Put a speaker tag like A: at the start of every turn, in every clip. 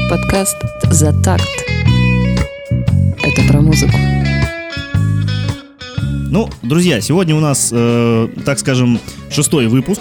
A: Подкаст «За такт». Это про музыку.
B: Ну, друзья, сегодня у нас, так скажем, шестой выпуск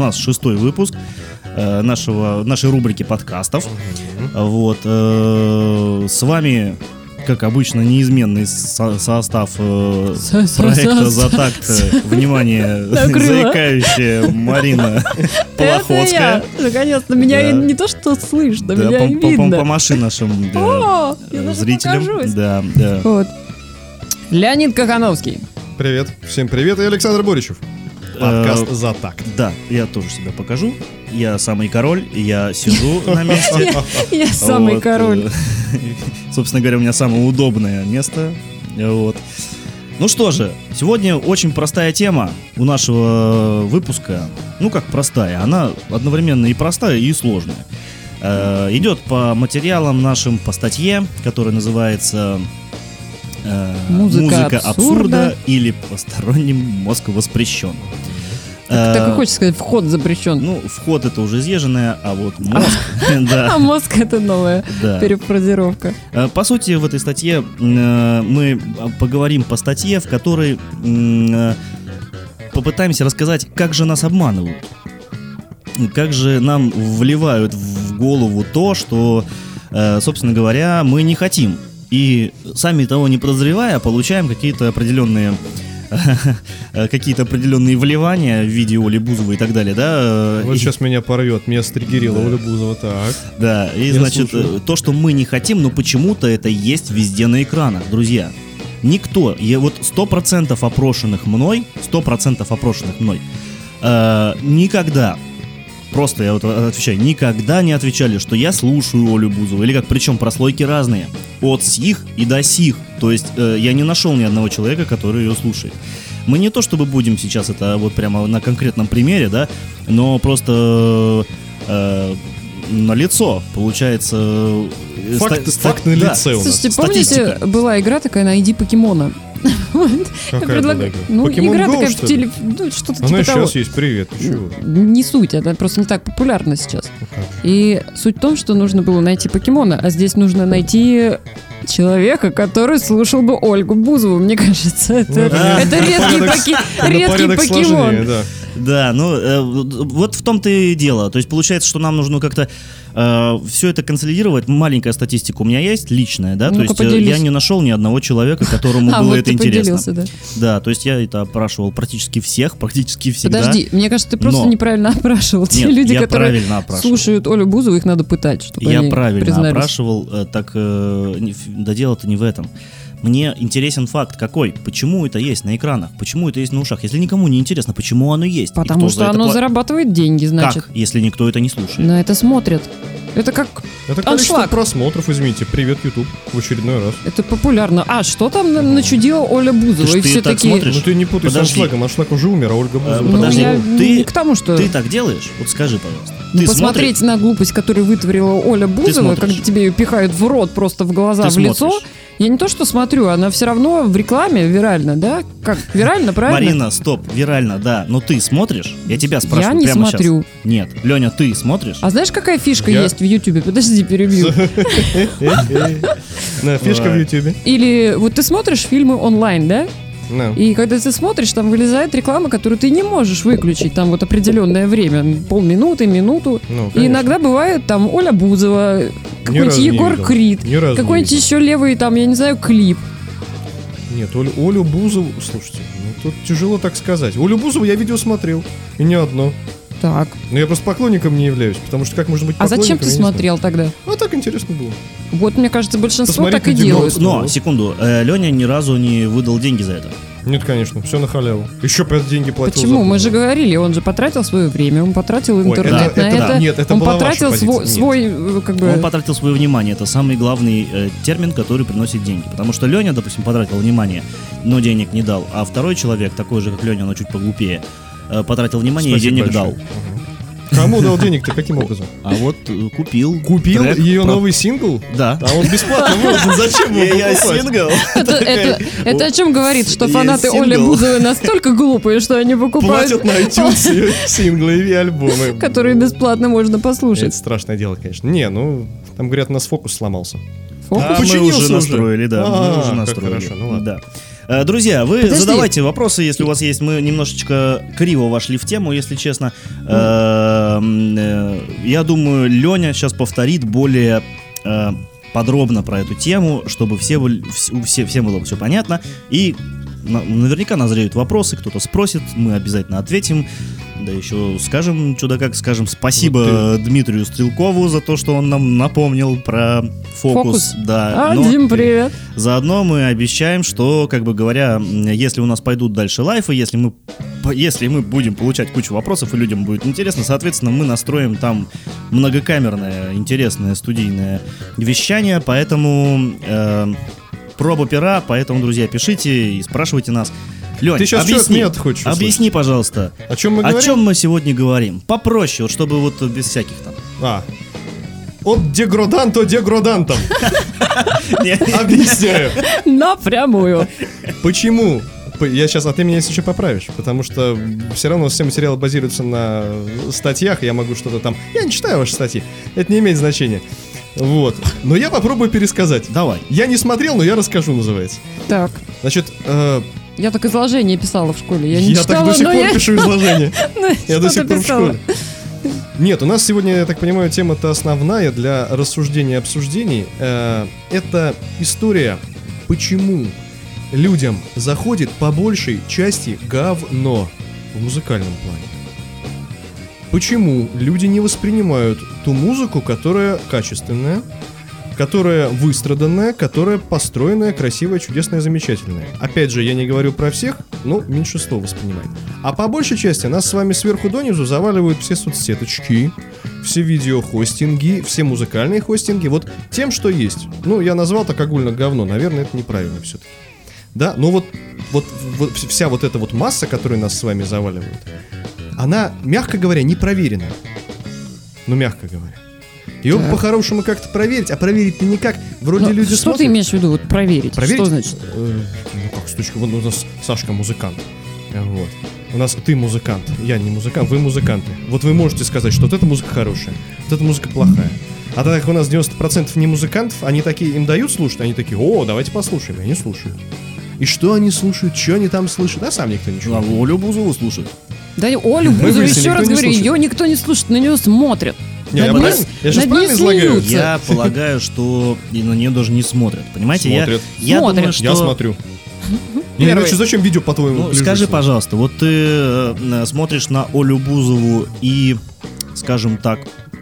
B: нашей рубрики подкастов. Вот, с вами, как обычно, неизменный состав проекта «За такт». Внимание, заикающая Марина Плохотская.
A: Это я. Наконец-то меня не то что слышно,
B: да,
A: меня и видно.
B: Помаши нашим зрителям. Да.
A: Вот. Леонид Кахановский.
C: Привет, всем привет, и Александр Боричев. Подкаст «За такт».
B: Да, я тоже себя покажу. Я самый король, я сижу на месте.
A: Я самый король.
B: Собственно говоря, у меня самое удобное место. Вот. Ну что же, сегодня очень простая тема у нашего выпуска. Ну как простая, она одновременно и простая, и сложная. Идет по материалам нашим, по статье, которая называется «Музыка абсурда» или «Посторонним мозг воспрещен».
A: Так и хочешь сказать, вход запрещен.
B: Ну, вход — это уже изъезженное, а вот мозг...
A: А мозг — это новая перефразировка.
B: По сути, в этой статье мы поговорим по статье, в которой попытаемся рассказать, как же нас обманывают. Как же нам вливают в голову то, что, собственно говоря, мы не хотим. И сами того не подозревая, получаем какие-то определенные вливания в виде Оли Бузовой и так далее, да?
C: Вот сейчас меня порвет, меня стригерила Оля Бузова, так.
B: Да, и значит, то, что мы не хотим, но почему-то это есть везде на экранах, друзья. Никто, вот 100% опрошенных мной, никогда, просто я вот отвечаю, никогда не отвечали, что я слушаю Олю Бузову, или как, причем прослойки разные, от сих и до сих, то есть я не нашел ни одного человека, который ее слушает. Мы не то чтобы будем сейчас это вот прямо на конкретном примере, да, но просто на лицо, получается...
C: Факт на лице у нас.
A: Слушайте, помните, была игра такая «Найди покемона»?
C: Какая была игра?
A: Ну,
C: Покемон
A: игра
C: Go,
A: такая
C: что
A: в
C: ли?
A: теле... Ну, что-то
C: Она
A: типа
C: и
A: того.
C: сейчас есть, привет, чего?
A: Не суть, это просто не так популярно сейчас. И суть в том, что нужно было найти покемона, а здесь нужно найти человека, который слушал бы Ольгу Бузову, мне кажется. Это редкий покемон.
B: Да, ну вот в том-то и дело. То есть получается, что нам нужно как-то все это консолидировать. Маленькая статистика у меня есть, личная, да.
A: Ну-ка,
B: то есть я не нашел ни одного человека, которому было это интересно. Да, то есть я это опрашивал практически всегда.
A: Подожди, мне кажется, ты просто неправильно опрашивал. Те люди, которые слушают Олю Бузову, их надо пытать, чтобы они признались.
B: Я правильно опрашивал, так да дело-то не в этом. Мне интересен факт какой? Почему это есть на экранах? Почему это есть на ушах? Если никому не интересно, почему оно есть?
A: Потому что оно зарабатывает деньги, значит.
B: Как, если никто это не слушает?
A: На это смотрят. Это как
C: количество
A: аншлаг.
C: Просмотров, извините. Привет, YouTube, в очередной раз.
A: Это популярно. А что там начудила Оля Бузова?
B: И
A: все
B: так
A: такие...
B: смотришь?
C: Ну ты не путай с аншлагом. Аншлаг уже умер, а Ольга Бузова...
B: Подожди,
A: я не к тому, что...
B: Ты так делаешь? Вот скажи, пожалуйста.
A: Ты посмотреть на глупость, которую вытворила Оля Бузова, когда тебе ее пихают в рот, просто в глаза, в лицо. Я не то что смотрю, она все равно в рекламе вирально, да? Как, вирально, правильно?
B: Marina, стоп, вирально, да. Но ты смотришь? Я тебя спрашиваю
A: прямо сейчас. Я не смотрю.
B: Сейчас. Нет. Леня, ты смотришь?
A: А знаешь, какая фишка есть в Ютубе? Подожди, перебью.
C: Фишка в Ютубе.
A: Или вот ты смотришь фильмы онлайн, да?
C: No.
A: И когда ты смотришь, там вылезает реклама, которую ты не можешь выключить там вот определенное время, полминуты, минуту. И иногда бывает там Оля Бузова, какой-нибудь Егор Крид, какой-нибудь еще левый там, я не знаю, клип.
C: Нет, Олю Бузову, слушайте, тут тяжело так сказать. Олю Бузову я видео смотрел, и не одно.
A: Так.
C: Но я просто поклонником не являюсь, потому что как можно быть поклонником?
A: А зачем ты смотрел тогда?
C: Ну, так интересно было.
A: Вот, мне кажется, большинство
C: посмотреть
A: так и делают.
B: Но, секунду, Леня ни разу не выдал деньги за это.
C: Нет, конечно, все на халяву. Еще про деньги платил.
A: Почему? Мы же говорили, он же потратил свое время, он потратил интернет на это.
C: Нет, это
A: он
C: была
A: потратил
C: ваша
A: свой, как бы...
B: Он потратил свое внимание. Это самый главный термин, который приносит деньги. Потому что Леня, допустим, потратил внимание, но денег не дал. А второй человек, такой же, как Леня, но чуть поглупее, потратил внимание. Спасибо и денег большое. Дал.
C: Кому дал денег-то? Каким образом?
B: А вот купил.
C: Купил
B: трек
C: ее
B: про-
C: новый сингл?
B: Да.
C: А он бесплатно выложен. Зачем его
B: Я
C: покупать?
B: сингл.
A: Это о чем говорит, что
B: Есть
A: фанаты Оли
B: сингл.
A: Бузовой настолько глупые, что они покупают
C: Платят на iTunes ее синглы и альбомы.
A: которые бесплатно можно
C: Это
A: послушать.
C: страшное дело, конечно. Не, ну, там говорят, у нас фокус сломался.
A: Фокус?
B: А мы
C: Починился
B: уже
C: уже?
B: настроили, да. Мы
C: А,
B: уже
C: как
B: настроили.
C: хорошо, ну ладно.
B: Да. Друзья, вы
A: Подожди.
B: задавайте вопросы, если у вас есть. Мы немножечко криво вошли в тему, если честно. Я думаю, Леня сейчас повторит более подробно про эту тему, чтобы всем было все понятно. И наверняка назреют вопросы, кто-то спросит, мы обязательно ответим. Да еще скажем, чудо-как, скажем спасибо Дмитрию Стрелкову за то, что он нам напомнил про фокус. Да,
A: А,
B: но
A: Дим, привет.
B: заодно мы обещаем, что, как бы говоря, если у нас пойдут дальше лайфы, если мы будем получать кучу вопросов и людям будет интересно, соответственно, мы настроим там многокамерное, интересное студийное вещание, поэтому проба пера, поэтому, друзья, пишите и спрашивайте нас. Лёнь,
C: Ты сейчас
B: объясни,
C: что от меня хочешь услышать?
B: объясни, пожалуйста,
C: О чем мы
B: о
C: говорим?
B: чем мы сегодня говорим? Попроще, вот чтобы вот без всяких там.
C: От деграданто деградантом. Объясняю.
A: Напрямую.
C: Почему? А ты меня если еще поправишь, потому что все равно все материалы базируются на статьях, я могу что-то там... Я не читаю ваши статьи, это не имеет значения. Вот. Но я попробую пересказать.
B: Давай.
C: Я не смотрел, но я расскажу, называется.
A: Так,
C: Значит,
A: я так изложение писала в школе. Я не
C: я так
A: читала,
C: до сих
A: но
C: пор
A: я
C: пишу изложение. Я до
A: что-то
C: сих пор в
A: писала.
C: школе. Нет, у нас сегодня, я так понимаю, тема-то основная для рассуждений и обсуждений. Это история, почему людям заходит по большей части говно в музыкальном плане. Почему люди не воспринимают ту музыку, которая качественная, которая выстраданная, которая построенная, красивая, чудесная, замечательная. Опять же, я не говорю про всех, но меньшинство воспринимает. А по большей части нас с вами сверху донизу заваливают все соцсеточки, все видеохостинги, все музыкальные хостинги, вот тем, что есть. Ну, я назвал так огульно говно, наверное, это неправильно все-таки. Да, но вот вся вот эта вот масса, которая нас с вами заваливает, она, мягко говоря, не проверена. Ну, мягко говоря. Ее
A: Так.
C: по-хорошему как-то проверить, а проверить-то никак. Вроде
A: Ну,
C: люди
A: что
C: смотрят.
A: ты имеешь в виду, вот проверить?
C: Проверить?
A: Что значит?
C: Ну как, с точки... Вот у нас Сашка музыкант. Вот. У нас ты музыкант, я не музыкант, вы музыканты. Вот вы можете сказать, что вот эта музыка хорошая, вот эта музыка плохая. А так как у нас 90% не музыкантов, они такие, им дают слушать, они такие, о, давайте послушаем, и они слушают. И что они слушают, что они там слышат, а сам никто ничего.
B: А Олю Бузову слушают.
A: Да, Олю
C: Мы
A: Бузову,
C: выяснили,
A: еще
C: никто
A: раз
C: не
A: говорю,
C: слушает.
A: ее никто не слушает, на нее смотрят.
C: Не, я
A: Над ней-
C: правильно? Я сейчас
A: над ней
C: правильно излагаю?
A: смеются.
B: Я полагаю, что и на нее даже не смотрят. Понимаете?
C: Смотрят.
B: Я
A: Смотрят.
B: думаю, что...
C: Я смотрю. Не,
A: Первый.
C: иначе зачем видео, по-твоему,
B: Ну,
C: лежит?
B: скажи, пожалуйста, вот ты смотришь на Олю Бузову и, скажем так,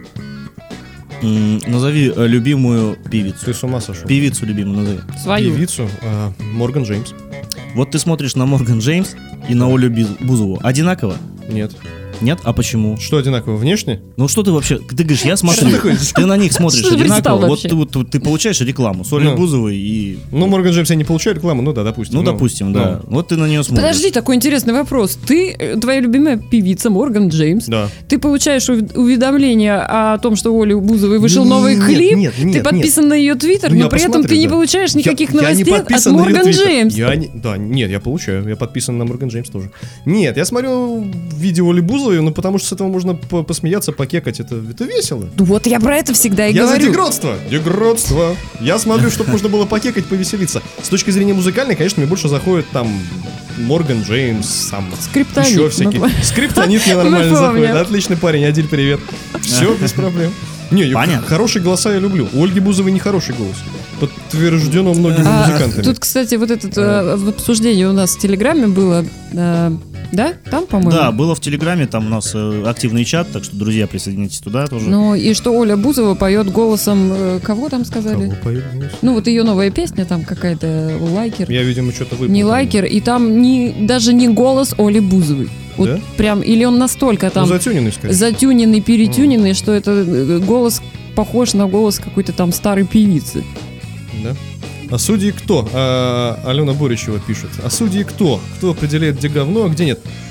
B: назови любимую певицу.
C: Ты с ума сошел.
B: Певицу любимую назови.
A: Свою.
C: Певицу Морган Джеймс.
B: Вот ты смотришь на Морган Джеймс и на Олю Бузову. Одинаково?
C: Нет.
B: Нет? А почему?
C: Что одинаково, внешне?
B: Ну что ты вообще... Ты говоришь, я смотрю.
C: Что такое?
B: Ты на них смотришь
A: Что ты пристал
B: одинаково.
A: вообще?
B: Вот ты получаешь рекламу с Олей
C: Ну.
B: Бузовой и...
C: Ну, Морган Джеймс я не получаю рекламу, ну да, допустим.
B: Ну, допустим, да. Вот ты на нее смотришь.
A: Подожди, такой интересный вопрос. Ты, твоя любимая певица Морган Джеймс,
C: Да.
A: ты получаешь уведомление о том, что у Оли Бузовой вышел новый
C: Нет,
A: клип,
C: нет,
A: ты
C: нет,
A: подписан на ее твиттер,
C: Ну,
A: но
C: я
A: при этом
C: посмотрю,
A: ты не
C: да.
A: получаешь никаких
C: Я не
A: новостей от
C: подписан на её
A: Морган
C: твиттер.
A: Джеймс.
C: Нет, я получаю. Я подписан на Морган Джеймс тоже. Нет, я смотрю видео Оли Бузовой, ну потому что с этого можно посмеяться, покекать. Это весело.
A: Ну вот я про это всегда и
C: Я за
A: говорю.
C: дегродство. Дегродство. Я смотрю, чтобы можно было покекать, повеселиться. С точки зрения музыкальной, конечно, мне больше заходит там Морган Джеймс, сам
A: Скриптонит.
C: еще всякие. Скриптонит мне нормально
A: Мы помним.
C: заходит. Отличный парень, Адиль, привет. Все, без проблем. Не,
B: Понятно.
C: хорошие голоса я люблю. У Ольги Бузовой нехороший голос. Подтверждено многими музыкантами.
A: Тут, кстати, вот это в обсуждении у нас в Телеграме было, да? Там, по-моему?
B: Да, было в Телеграме, там у нас активный чат, так что, друзья, присоединяйтесь туда тоже.
A: Ну, и что Оля Бузова поет голосом, кого там сказали?
C: Кого поет голос?
A: Ну, вот ее новая песня, там какая-то «Лайкер».
C: Я, видимо, что-то выпал.
A: Не «Лайкер», и там даже не голос Оли Бузовой. Вот
C: Да?
A: прям, или он настолько
C: Ну,
A: там
C: затюненный, скорее.
A: затюненный, перетюненный, что это голос похож на голос какой-то там старой певицы.
C: Да. А судьи кто? Алена Боричева пишет. А судьи кто? Кто определяет, где говно, а где нет?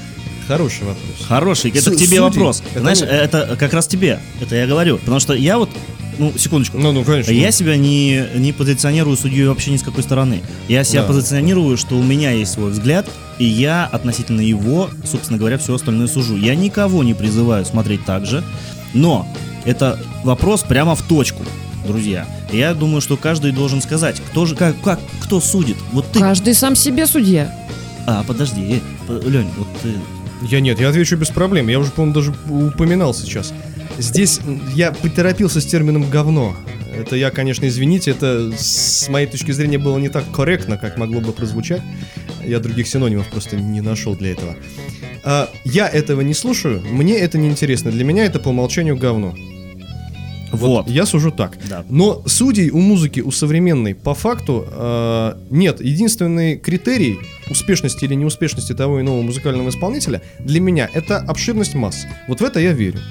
C: Хороший вопрос.
B: Хороший, это к тебе
C: Судей.
B: вопрос.
C: Это
B: Знаешь,
C: мы.
B: это как раз тебе. Это я говорю. Потому что я вот, секундочку.
C: Ну, конечно.
B: Я себя не позиционирую судьей вообще ни с какой стороны. Я себя
C: Да.
B: позиционирую, что у меня есть свой взгляд, и я относительно его, собственно говоря, все остальное сужу. Я никого не призываю смотреть так же, но это вопрос прямо в точку, друзья. Я думаю, что каждый должен сказать, кто судит. Вот ты.
A: Каждый сам себе судья.
B: Подожди, Лень, вот ты.
C: Я отвечу без проблем. Я уже, по-моему, даже упоминал сейчас. Здесь я поторопился с термином «говно». Это я, конечно, извините, это с моей точки зрения было не так корректно, как могло бы прозвучать. Я других синонимов просто не нашел для этого. Я этого не слушаю, мне это не интересно. Для меня это по умолчанию говно.
B: Вот.
C: Я сужу так.
B: Да.
C: Но судей у музыки, у современной, по факту нет. Единственный критерий успешности или неуспешности того иного музыкального исполнителя для меня это обширность масс. Вот в это я верю.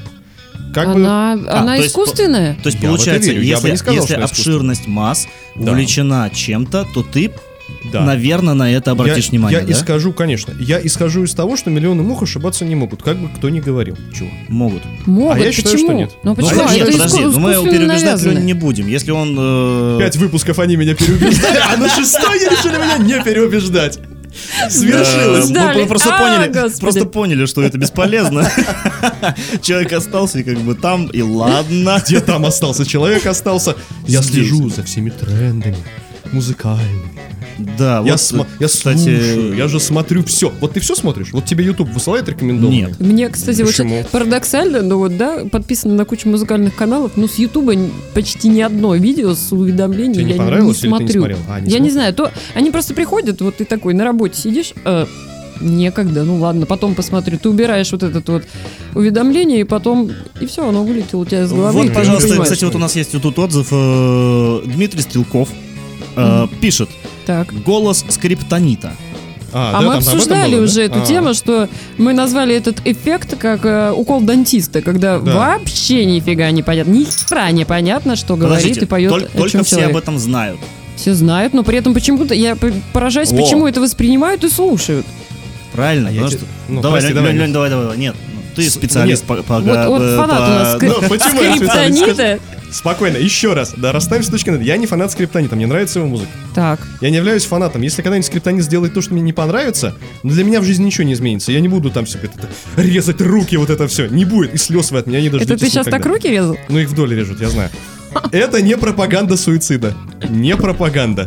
A: Она
B: то есть
A: искусственная?
B: То есть
C: Я в это
B: получается,
C: верю. Я бы не сказал,
B: если
C: что
B: обширность масс
C: Да.
B: увлечена чем-то, то ты,
C: Да.
B: наверное, на это обратишь внимание,
C: Я
B: да?
C: исхожу, конечно. Я исхожу из того, что миллионы мух ошибаться не могут, как бы кто ни говорил. Чего?
B: Могут.
A: Могут,
C: А я считаю,
A: почему?
C: что нет.
A: Ну
B: Ну,
A: почему?
B: нет,
A: Это
B: подожди, мы его
A: искусственно
B: переубеждать
A: навязано.
B: не будем. Если он...
C: 5 выпусков они меня переубеждали, а на 6-й решили меня не переубеждать. Свершилось.
A: Сдали.
B: Мы просто
A: Господи.
B: поняли, что это бесполезно. Человек остался как бы там, и ладно.
C: Где там остался? Человек остался. Я
B: Здесь.
C: слежу за всеми трендами музыкальными.
B: Да,
C: Я
B: вот,
C: слушаю, я же смотрю все. Вот ты все смотришь? Вот тебе YouTube высылает рекомендованные?
B: Нет.
A: Мне, кстати,
C: Почему?
A: очень парадоксально, но вот, да, подписано на кучу музыкальных каналов, но с Ютуба почти ни одно видео с уведомлениями
C: Тебе не
A: я не
C: понравилось или ты не
A: смотрю.
C: смотрел? А, не
A: Я
C: смотрел.
A: не знаю, то они просто приходят, вот ты такой на работе сидишь, некогда, ну ладно, потом посмотрю. Ты убираешь вот это вот уведомление, и потом, и все, оно вылетело у тебя из головы. и
B: Вот,
A: ты не
B: пожалуйста,
A: понимаешь.
B: кстати, вот у нас есть тут отзыв. Дмитрий Стрелков пишет:
A: Так.
B: голос скриптонита.
A: А
C: да,
A: мы
C: там об этом
A: обсуждали
C: было, да?
A: уже эту тему, что мы назвали этот эффект как укол дантиста, когда
C: Да.
A: вообще нифига не понятно, ни хера не понятно, что говорит
B: Подождите,
A: и поет о
B: только
A: чем
B: все
A: человек.
B: об этом знают.
A: Все знают, но при этом почему-то я поражаюсь,
B: Во.
A: почему это воспринимают и слушают.
B: Правильно?
C: А я
B: Потому
C: те-
B: что-
C: ну,
B: давай,
C: прости,
B: Лёнь,
C: давай.
B: давай. Нет, ты
C: С-
B: специалист
C: нет.
B: по...
A: Вот фанат у нас
C: Ну, почему я специалист?
A: скриптонита.
C: Спокойно, еще раз. Да, расставим с точки над. Я не фанат скриптонита, мне нравится его музыка.
A: Так,
C: Я не являюсь фанатом. Если когда-нибудь скриптонит сделает то, что мне не понравится, для меня в жизни ничего не изменится. Я не буду там себе резать руки, вот это все. Не будет. И слез вы от меня не
A: это
C: дождетесь
A: ты сейчас
C: никогда.
A: так руки резал?
C: Ну их вдоль режут, я знаю. Это не пропаганда суицида. Не пропаганда.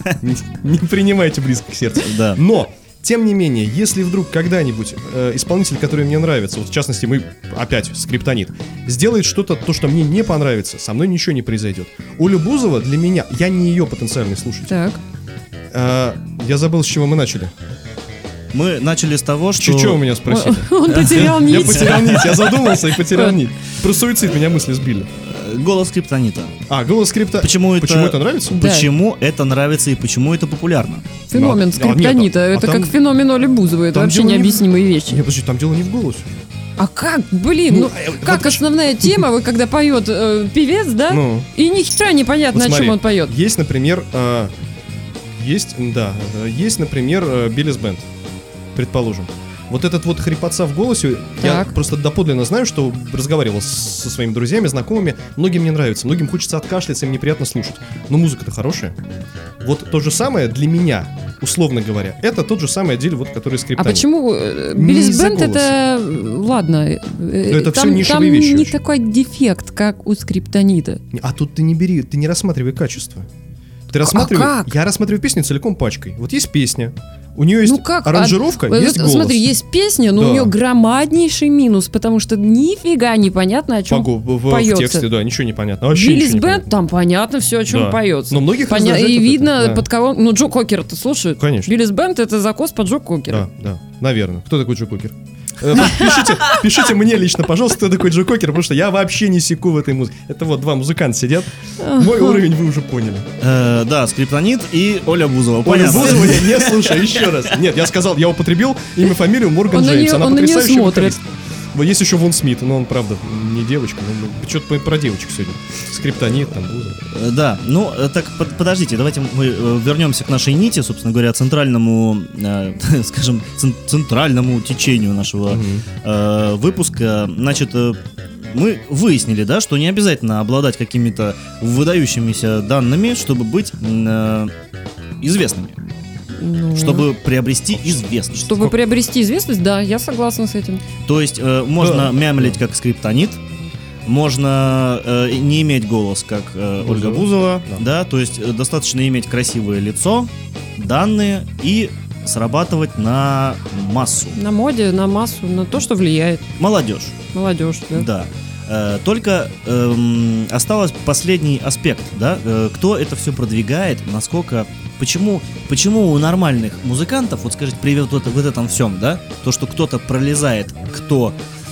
C: Не принимайте близко к сердцу.
B: Да.
C: Но, тем не менее, если вдруг когда-нибудь исполнитель, который мне нравится, вот в частности мы, опять, скриптонит, сделает что-то, то, что мне не понравится, со мной ничего не произойдет. Оля Бузова для меня, я не ее потенциальный слушатель.
A: Так.
C: Я забыл, с чего мы начали.
B: Мы начали с того, что...
C: Что у меня спросили?
A: Он потерял
C: Я
A: нить.
C: потерял нить, я задумался и потерял нить. Про суицид меня мысли сбили.
B: Голос скриптонита.
C: Голос скрипта.
B: Почему это
C: нравится?
A: Да.
B: Почему это нравится и почему это популярно?
A: Феномен
C: нет,
A: скриптонита.
C: а
A: Это
C: там-
A: как феномен Оли Бузовой. Это
C: там
A: вообще
C: дело не в-
A: необъяснимые вещи.
C: Не, подожди, там дело не в голосе.
A: А как? Блин, ну как
C: вот-
A: основная тема, вы когда поет певец, да?
C: Ну.
A: И ни хера непонятно,
C: Вот
A: о чем
C: смотри,
A: он поет.
C: Есть, например, есть, например, Биллис Бенд, предположим. Вот этот вот хрипотца в голосе, я
A: Так.
C: просто доподлинно знаю, что разговаривал со своими друзьями, знакомыми, многим не нравится, многим хочется откашляться, им неприятно слушать. Но музыка-то хорошая. Вот то же самое для меня, условно говоря, это тот же самый отдель, вот, который
A: А
C: скриптонит.
A: почему
C: Не
A: Биллис
C: из-за
A: Бенд это... Ладно.
C: это всё
A: там
C: нишевые вещи
A: не
C: очень.
A: такой дефект, как у скриптонита.
C: А тут ты не бери, ты не рассматривай качество. Ты рассматривай.
A: как?
C: Я рассматриваю песню целиком пачкой. Вот есть песня, у нее есть
A: Ну как?
C: аранжировка,
A: Вот
C: есть голос.
A: Смотри, есть песня, но
C: Да.
A: у нее громаднейший минус, потому что нифига непонятно, о чем
C: в
A: поется.
C: тексте, да, ничего не понятно. Вообще
A: Биллис
C: ничего не
A: Бенд,
C: понятно.
A: там понятно все, о чем
C: Да.
A: поется.
C: Но многих
A: И
C: раздражает вот
A: видно,
C: это, да.
A: под кого... Ну, Джо Кокера-то слушают.
C: Конечно.
A: Биллис Бенд — это закос под Джо Кокера.
C: Да, наверное. Кто такой Джо Кокер? Пишите мне лично, пожалуйста, кто такой Джо Кокер, потому что я вообще не секу в этой музыке. Это вот два музыканта сидят. Мой уровень вы уже поняли.
B: Да, скриптонит и Оля Бузова.
C: Оля
B: Понятно.
C: Бузова я не слушаю, еще раз. Нет, я сказал, я употребил имя, фамилию Морган
A: Он на
C: Джеймс.
A: неё-
C: Она
A: он на неё
C: потрясающая
A: смотрит.
C: вокалистка. Вот есть еще Вон Смит, но он, правда, не девочка. Что-то про девочек сегодня. Скриптонит, там, Бузова.
B: Да, ну, так, подождите, давайте мы вернемся к нашей нити, собственно говоря, центральному, скажем, центральному течению нашего выпуска. Значит, мы выяснили, да, что не обязательно обладать какими-то выдающимися данными, чтобы быть известными. Чтобы приобрести известность.
A: Чтобы приобрести известность, да, я согласна с этим.
B: То есть можно мямлить как скриптонит, можно не иметь голос, как Ольга Бузова, да, то есть достаточно иметь красивое лицо, данные и срабатывать на массу.
A: На моде, на массу, на то, что влияет.
B: Молодежь, да.
A: Да.
B: Только осталось последний аспект, да, кто это все продвигает, насколько, почему у нормальных музыкантов, вот скажите, при вот этом всем, да, то, что кто-то пролезает, кто,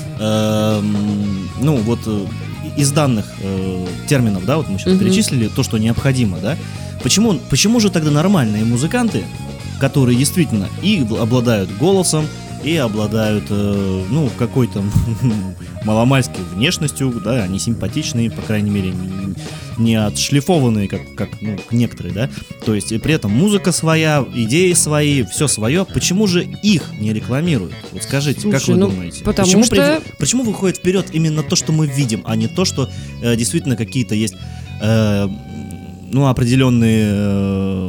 B: из данных терминов, да, вот мы сейчас перечислили, то, что необходимо, да, почему же тогда нормальные музыканты, которые действительно и обладают голосом, и обладают, какой-то маломальской внешностью, да, они симпатичные, по крайней мере, не отшлифованные, как некоторые, да, то есть при этом музыка своя, идеи свои, все свое, почему же их не рекламируют? Вот скажите, слушай, как вы думаете? Почему выходит вперед именно то, что мы видим, а не то, что действительно какие-то есть, определенные,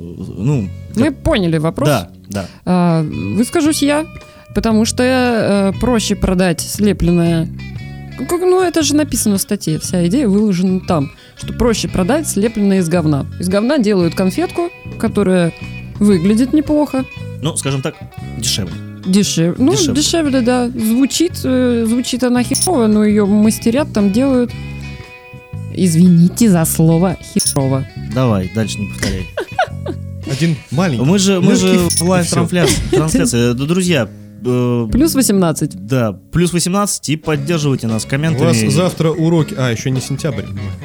A: Мы поняли вопрос.
B: Да.
A: Выскажусь я, потому что проще продать слепленное. Это же написано в статье, вся идея выложена там, что проще продать слепленное из говна. Из говна делают конфетку, которая выглядит неплохо.
B: Скажем так, дешевле.
A: Дешевле, да. Звучит она херово, но ее мастерят, там делают. Извините за слово херово.
B: Давай, дальше не повторяй.
C: Один маленький.
B: Мы же в лайв-трансляции. Друзья,
A: плюс 18.
B: Да, плюс 18 и поддерживайте нас комментами.
C: У вас завтра уроки. Еще не сентябрь.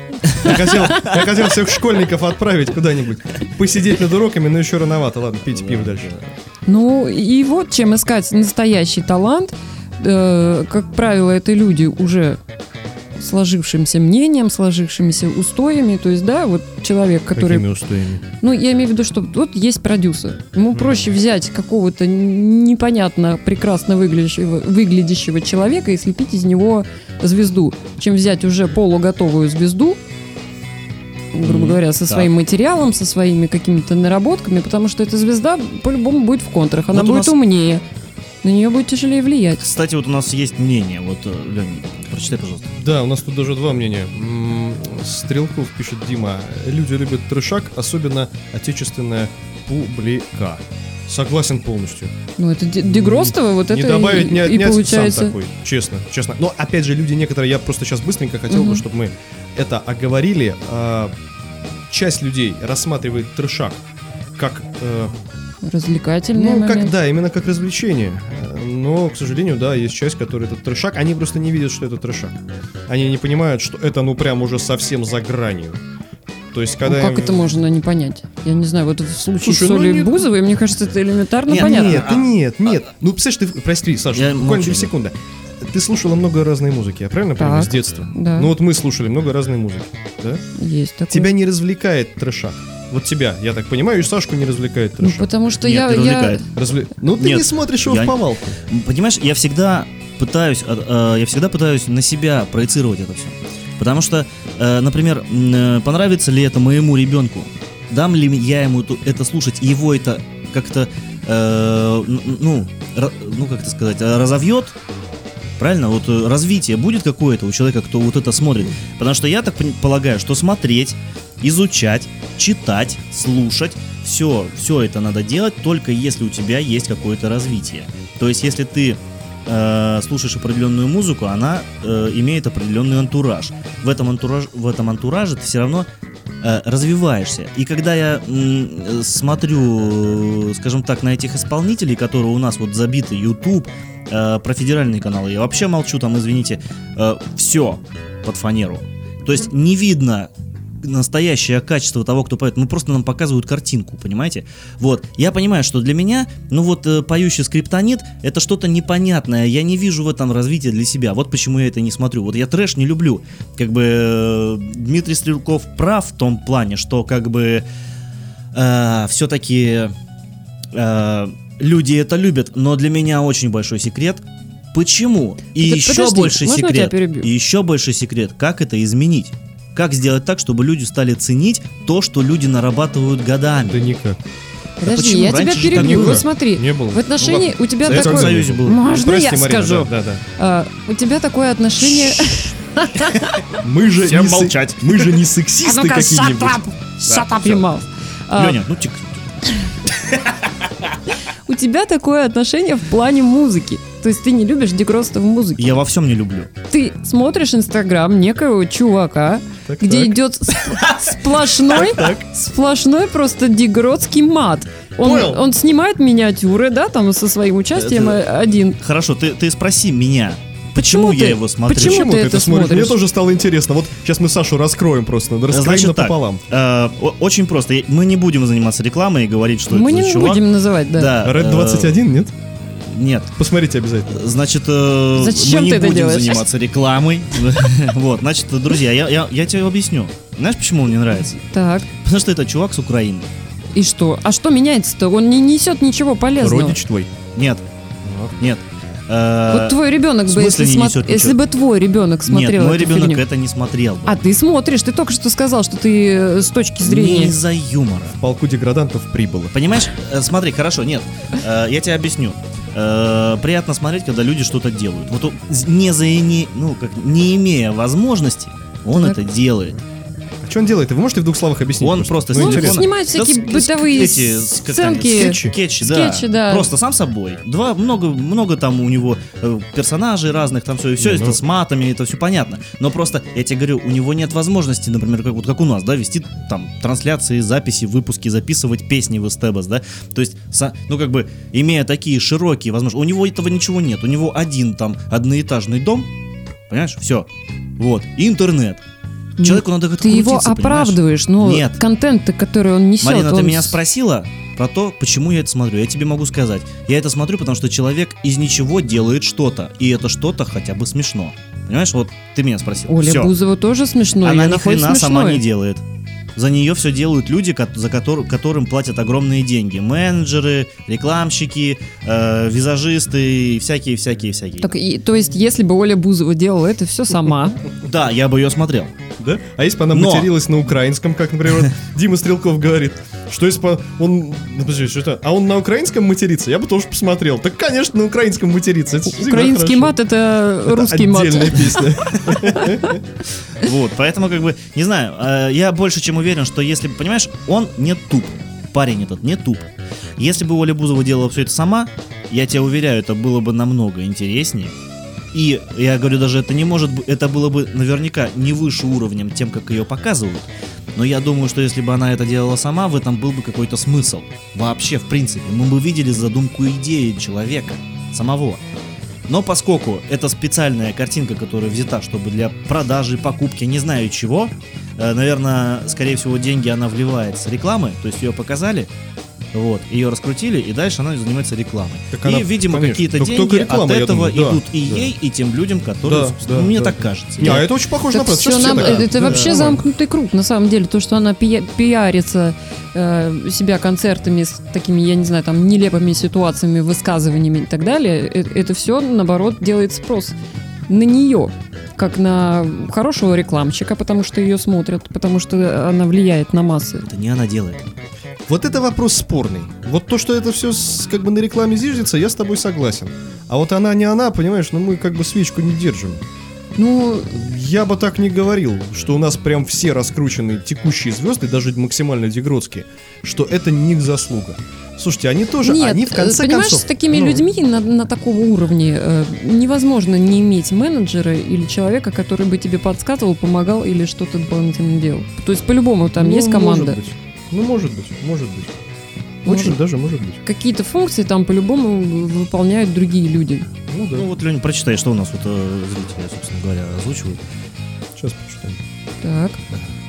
C: Я хотел всех школьников отправить куда-нибудь посидеть над уроками, но еще рановато. Ладно, пейте пиво дальше.
A: И вот чем искать настоящий талант. Как правило, это люди уже сложившимся мнением, сложившимися устоями. То есть, да, вот человек, который...
C: Какими устоями?
A: Я имею в виду, что вот есть продюсер. Ему проще взять какого-то непонятно прекрасно выглядящего человека и слепить из него звезду, чем взять уже полуготовую звезду, грубо говоря, со своим материалом, со своими какими-то наработками, потому что эта звезда по-любому будет в контрах. Она будет умнее. На нее будет тяжелее влиять.
B: Кстати, вот у нас есть мнение. Вот, Лень, прочитай, пожалуйста.
C: Да, у нас тут даже два мнения. Стрелков пишет Дима. Люди любят трешак, особенно отечественная публика. Согласен полностью.
A: Это Дегростова, вот
C: не
A: это
C: добавить,
A: и получается.
C: Сам такой, честно. Но опять же, люди некоторые, я просто сейчас быстренько хотел бы, чтобы мы это оговорили. Часть людей рассматривает трешак как...
A: развлекательный момент.
C: Именно как развлечение. Но, к сожалению, да, есть часть, которая этот трешак, они просто не видят, что это трешак. Они не понимают, что это, прям уже совсем за гранью. То есть, когда...
A: как это можно не понять? Я не знаю, вот в случае с Олей Бузовой, мне кажется, это элементарно понятно.
C: Нет. Представляешь, ты, прости, Саша, буквально 2 секунды. Ты слушала много разной музыки, я правильно понимаю, с детства?
A: Да.
C: Вот мы слушали много разной музыки, да?
A: Есть такое.
C: Тебя не развлекает трешак. Вот тебя, я так понимаю, и Сашку не развлекает трешак.
A: Потому что
B: Нет, не развлекает.
C: Ты не смотришь его в повалку.
B: Понимаешь, я всегда пытаюсь на себя проецировать это все. Потому что, например, понравится ли это моему ребенку, дам ли я ему это слушать, его это как-то, как это сказать, разовьет. Правильно? Вот развитие будет какое-то у человека, кто вот это смотрит. Потому что я так полагаю, что смотреть, изучать, читать, слушать, все это надо делать только если у тебя есть какое-то развитие. То есть если ты слушаешь определенную музыку, она имеет определенный антураж. В этом антураже ты все равно развиваешься. И когда я смотрю, скажем так, на этих исполнителей, которые у нас вот забиты, YouTube, про федеральные каналы, я вообще молчу, там, извините, все под фанеру. То есть не видно настоящее качество того, кто поет. Ну, просто нам показывают картинку, понимаете? Вот. Я понимаю, что для меня, поющий скриптонит — это что-то непонятное. Я не вижу в этом развития для себя. Вот почему я это не смотрю. Вот я трэш не люблю. Дмитрий Стрелков прав в том плане, что все-таки люди это любят, но для меня очень большой секрет. Почему? И
A: Так,
B: еще
A: подожди,
B: больше
A: можно я тебя
B: секрет.
A: перебью?
B: И еще больше секрет, как это изменить. Как сделать так, чтобы люди стали ценить то, что люди нарабатывают годами.
C: Да никак.
A: Подожди,
B: почему?
A: я тебя
B: Раньше же так
A: перебью.
C: не было.
A: Вот смотри,
C: Не было.
A: в отношении у тебя
C: В Советском
A: такое...
B: Союзе было.
A: Можно
C: Прости,
A: я
C: Марина,
A: скажу?
C: Да.
A: У тебя такое отношение...
C: Мы же
B: Всем
C: не
B: молчать.
C: Мы же не
A: А
C: сексисты
A: ну-ка,
C: какие-нибудь.
A: shut up your mouth.
B: Леня, тихо.
A: У тебя такое отношение в плане музыки. То есть ты не любишь дегростов в музыке.
B: Я во всем не люблю.
A: Ты смотришь Инстаграм некоего чувака,
C: Так,
A: где
C: так.
A: идет сплошной просто дегродский мат.
C: Понял.
A: Он снимает миниатюры, да, там со своим участием один.
B: Хорошо, ты спроси меня,
A: Почему
B: почему я
A: ты-
B: его смотрю.
A: почему ты это
C: смотришь? Мне
A: смотришь?
C: тоже стало интересно. Вот сейчас мы Сашу раскроем просто. Раскроем
B: Значит так,
C: напополам.
B: очень просто. Мы не будем заниматься рекламой и говорить, что
A: Мы
B: это за
A: не
B: чувак.
A: будем называть, да.
B: Да,
C: Red 21, нет?
B: Нет.
C: Посмотрите обязательно.
B: Значит,
A: Зачем
B: мы не
A: ты это
B: будем
A: делаешь?
B: заниматься рекламой. Вот, значит, друзья, я тебе объясню. Знаешь, почему он мне нравится?
A: Так,
B: Потому что это чувак с Украины.
A: и что? А что меняется-то? Он не несет ничего полезного.
C: Родич твой.
B: Нет. Нет.
A: Вот твой ребенок
B: в
A: бы,
B: смысле не несет
A: если
B: ничего?
A: бы твой ребенок смотрел
B: Нет, мой
A: эту
B: ребенок
A: фигню.
B: это не смотрел бы.
A: А ты смотришь, ты только что сказал, что ты с точки
B: Не
A: зрения...
B: из-за юмора.
C: В полку деградантов прибыло.
B: Понимаешь? Смотри, хорошо, нет. Я тебе объясню. Приятно смотреть, когда люди что-то делают. Вот он, не имея возможности, он
A: Так.
B: это делает.
C: А что он делает? Вы можете в двух словах объяснить?
B: Он просто
C: Ну,
A: Ну, он
C: интересно.
A: снимает всякие бытовые
B: эти, как они,
A: сценки.
C: Скетчи.
A: Скетчи, да.
B: Просто сам собой. Много там у него персонажей разных, там все, и все
C: Не,
B: это
C: ну.
B: с матами, это все понятно. Но просто, я тебе говорю, у него нет возможности, например, как у нас, да, вести там трансляции, записи, выпуски, записывать песни в Эстебас, да. То есть, имея такие широкие возможности, у него этого ничего нет. У него один там одноэтажный дом, понимаешь, все. Вот, и интернет. Человеку надо как-то
A: Ты его
B: крутиться, понимаешь?
A: оправдываешь, но
B: Нет.
A: контент, который он несет...
B: Марина, ты
A: он
B: меня
A: с-
B: спросила про то, почему я это смотрю. Я тебе могу сказать. Я это смотрю, потому что человек из ничего делает что-то. И это что-то хотя бы смешно. Понимаешь, вот ты меня спросил.
A: Оля
B: Всё.
A: Бузова тоже смешно.
B: Она
A: ее
B: ни
A: находит
B: хрена сама
A: смешной.
B: не делает. За нее все делают люди, которым платят огромные деньги. Менеджеры, рекламщики, визажисты и всякие.
A: Так, то есть, если бы Оля Бузова делала это все сама,
B: Да, я бы ее смотрел.
C: Да? А если бы она
B: Но.
C: материлась на украинском, как, например, вот Дима Стрелков говорит, что если бы он... Подожди, что это? А он на украинском матерится? Я бы тоже посмотрел. Так, конечно, на украинском матерится. Это всегда
A: украинский
C: хорошо.
A: мат — это
C: Это
A: русский мат.
C: отдельная песня.
B: Вот, поэтому, не знаю, я больше чем уверен, что если бы, понимаешь, он не туп. Парень этот не туп. Если бы Оля Бузова делала все это сама, я тебя уверяю, это было бы намного интереснее. И я говорю, даже это не может быть, это было бы наверняка не выше уровнем тем, как ее показывают. Но я думаю, что если бы она это делала сама, в этом был бы какой-то смысл. Вообще, в принципе, мы бы видели задумку идеи человека самого. Но поскольку это специальная картинка, которая взята, чтобы для продажи, покупки, не знаю чего, наверное, скорее всего, деньги она вливает с рекламы, то есть ее показали, вот, ее раскрутили, и дальше она занимается рекламой.
C: Так
B: И,
C: она,
B: видимо,
C: конечно,
B: какие-то
C: только
B: деньги
C: реклама,
B: от
C: я
B: этого
C: думаю, да,
B: идут и
C: да.
B: ей, и тем людям, которые,
C: Да,
B: собственно,
C: да,
B: мне
C: да.
B: так кажется.
C: Не, а это очень похоже на
A: Так
C: правду.
A: всё
C: Сейчас все так.
A: это
C: Да,
A: вообще
C: нормально.
A: замкнутый круг, на самом деле. То, что она пиарится себя концертами с такими, я не знаю, там, нелепыми ситуациями, высказываниями и так далее, это все, наоборот, делает спрос на нее, как на хорошего рекламщика, потому что ее смотрят, потому что она влияет на массы.
B: Это не она делает.
C: Вот это вопрос спорный. Вот то, что это все как бы на рекламе зиждется, я с тобой согласен. А вот она не она, понимаешь, но мы как бы свечку не держим.
A: Ну,
C: Я бы так не говорил, что у нас прям все раскрученные текущие звезды, даже максимально дегродские, что это не их заслуга. Слушайте, они тоже,
A: нет,
C: они в конце
A: понимаешь,
C: концов...
A: с такими
C: ну,
A: людьми на таком уровне невозможно не иметь менеджера или человека, который бы тебе подсказывал, помогал или что-то дополнительно делал. То есть по-любому там
C: ну,
A: есть команда.
C: Может быть. Ну, может быть.
A: Может.
C: Очень даже может быть.
A: Какие-то функции там по-любому выполняют другие люди.
C: Ну да,
B: Ну вот, Леня, прочитай, что у нас вот зрители, собственно говоря, озвучивают.
C: сейчас почитаем.
A: Так.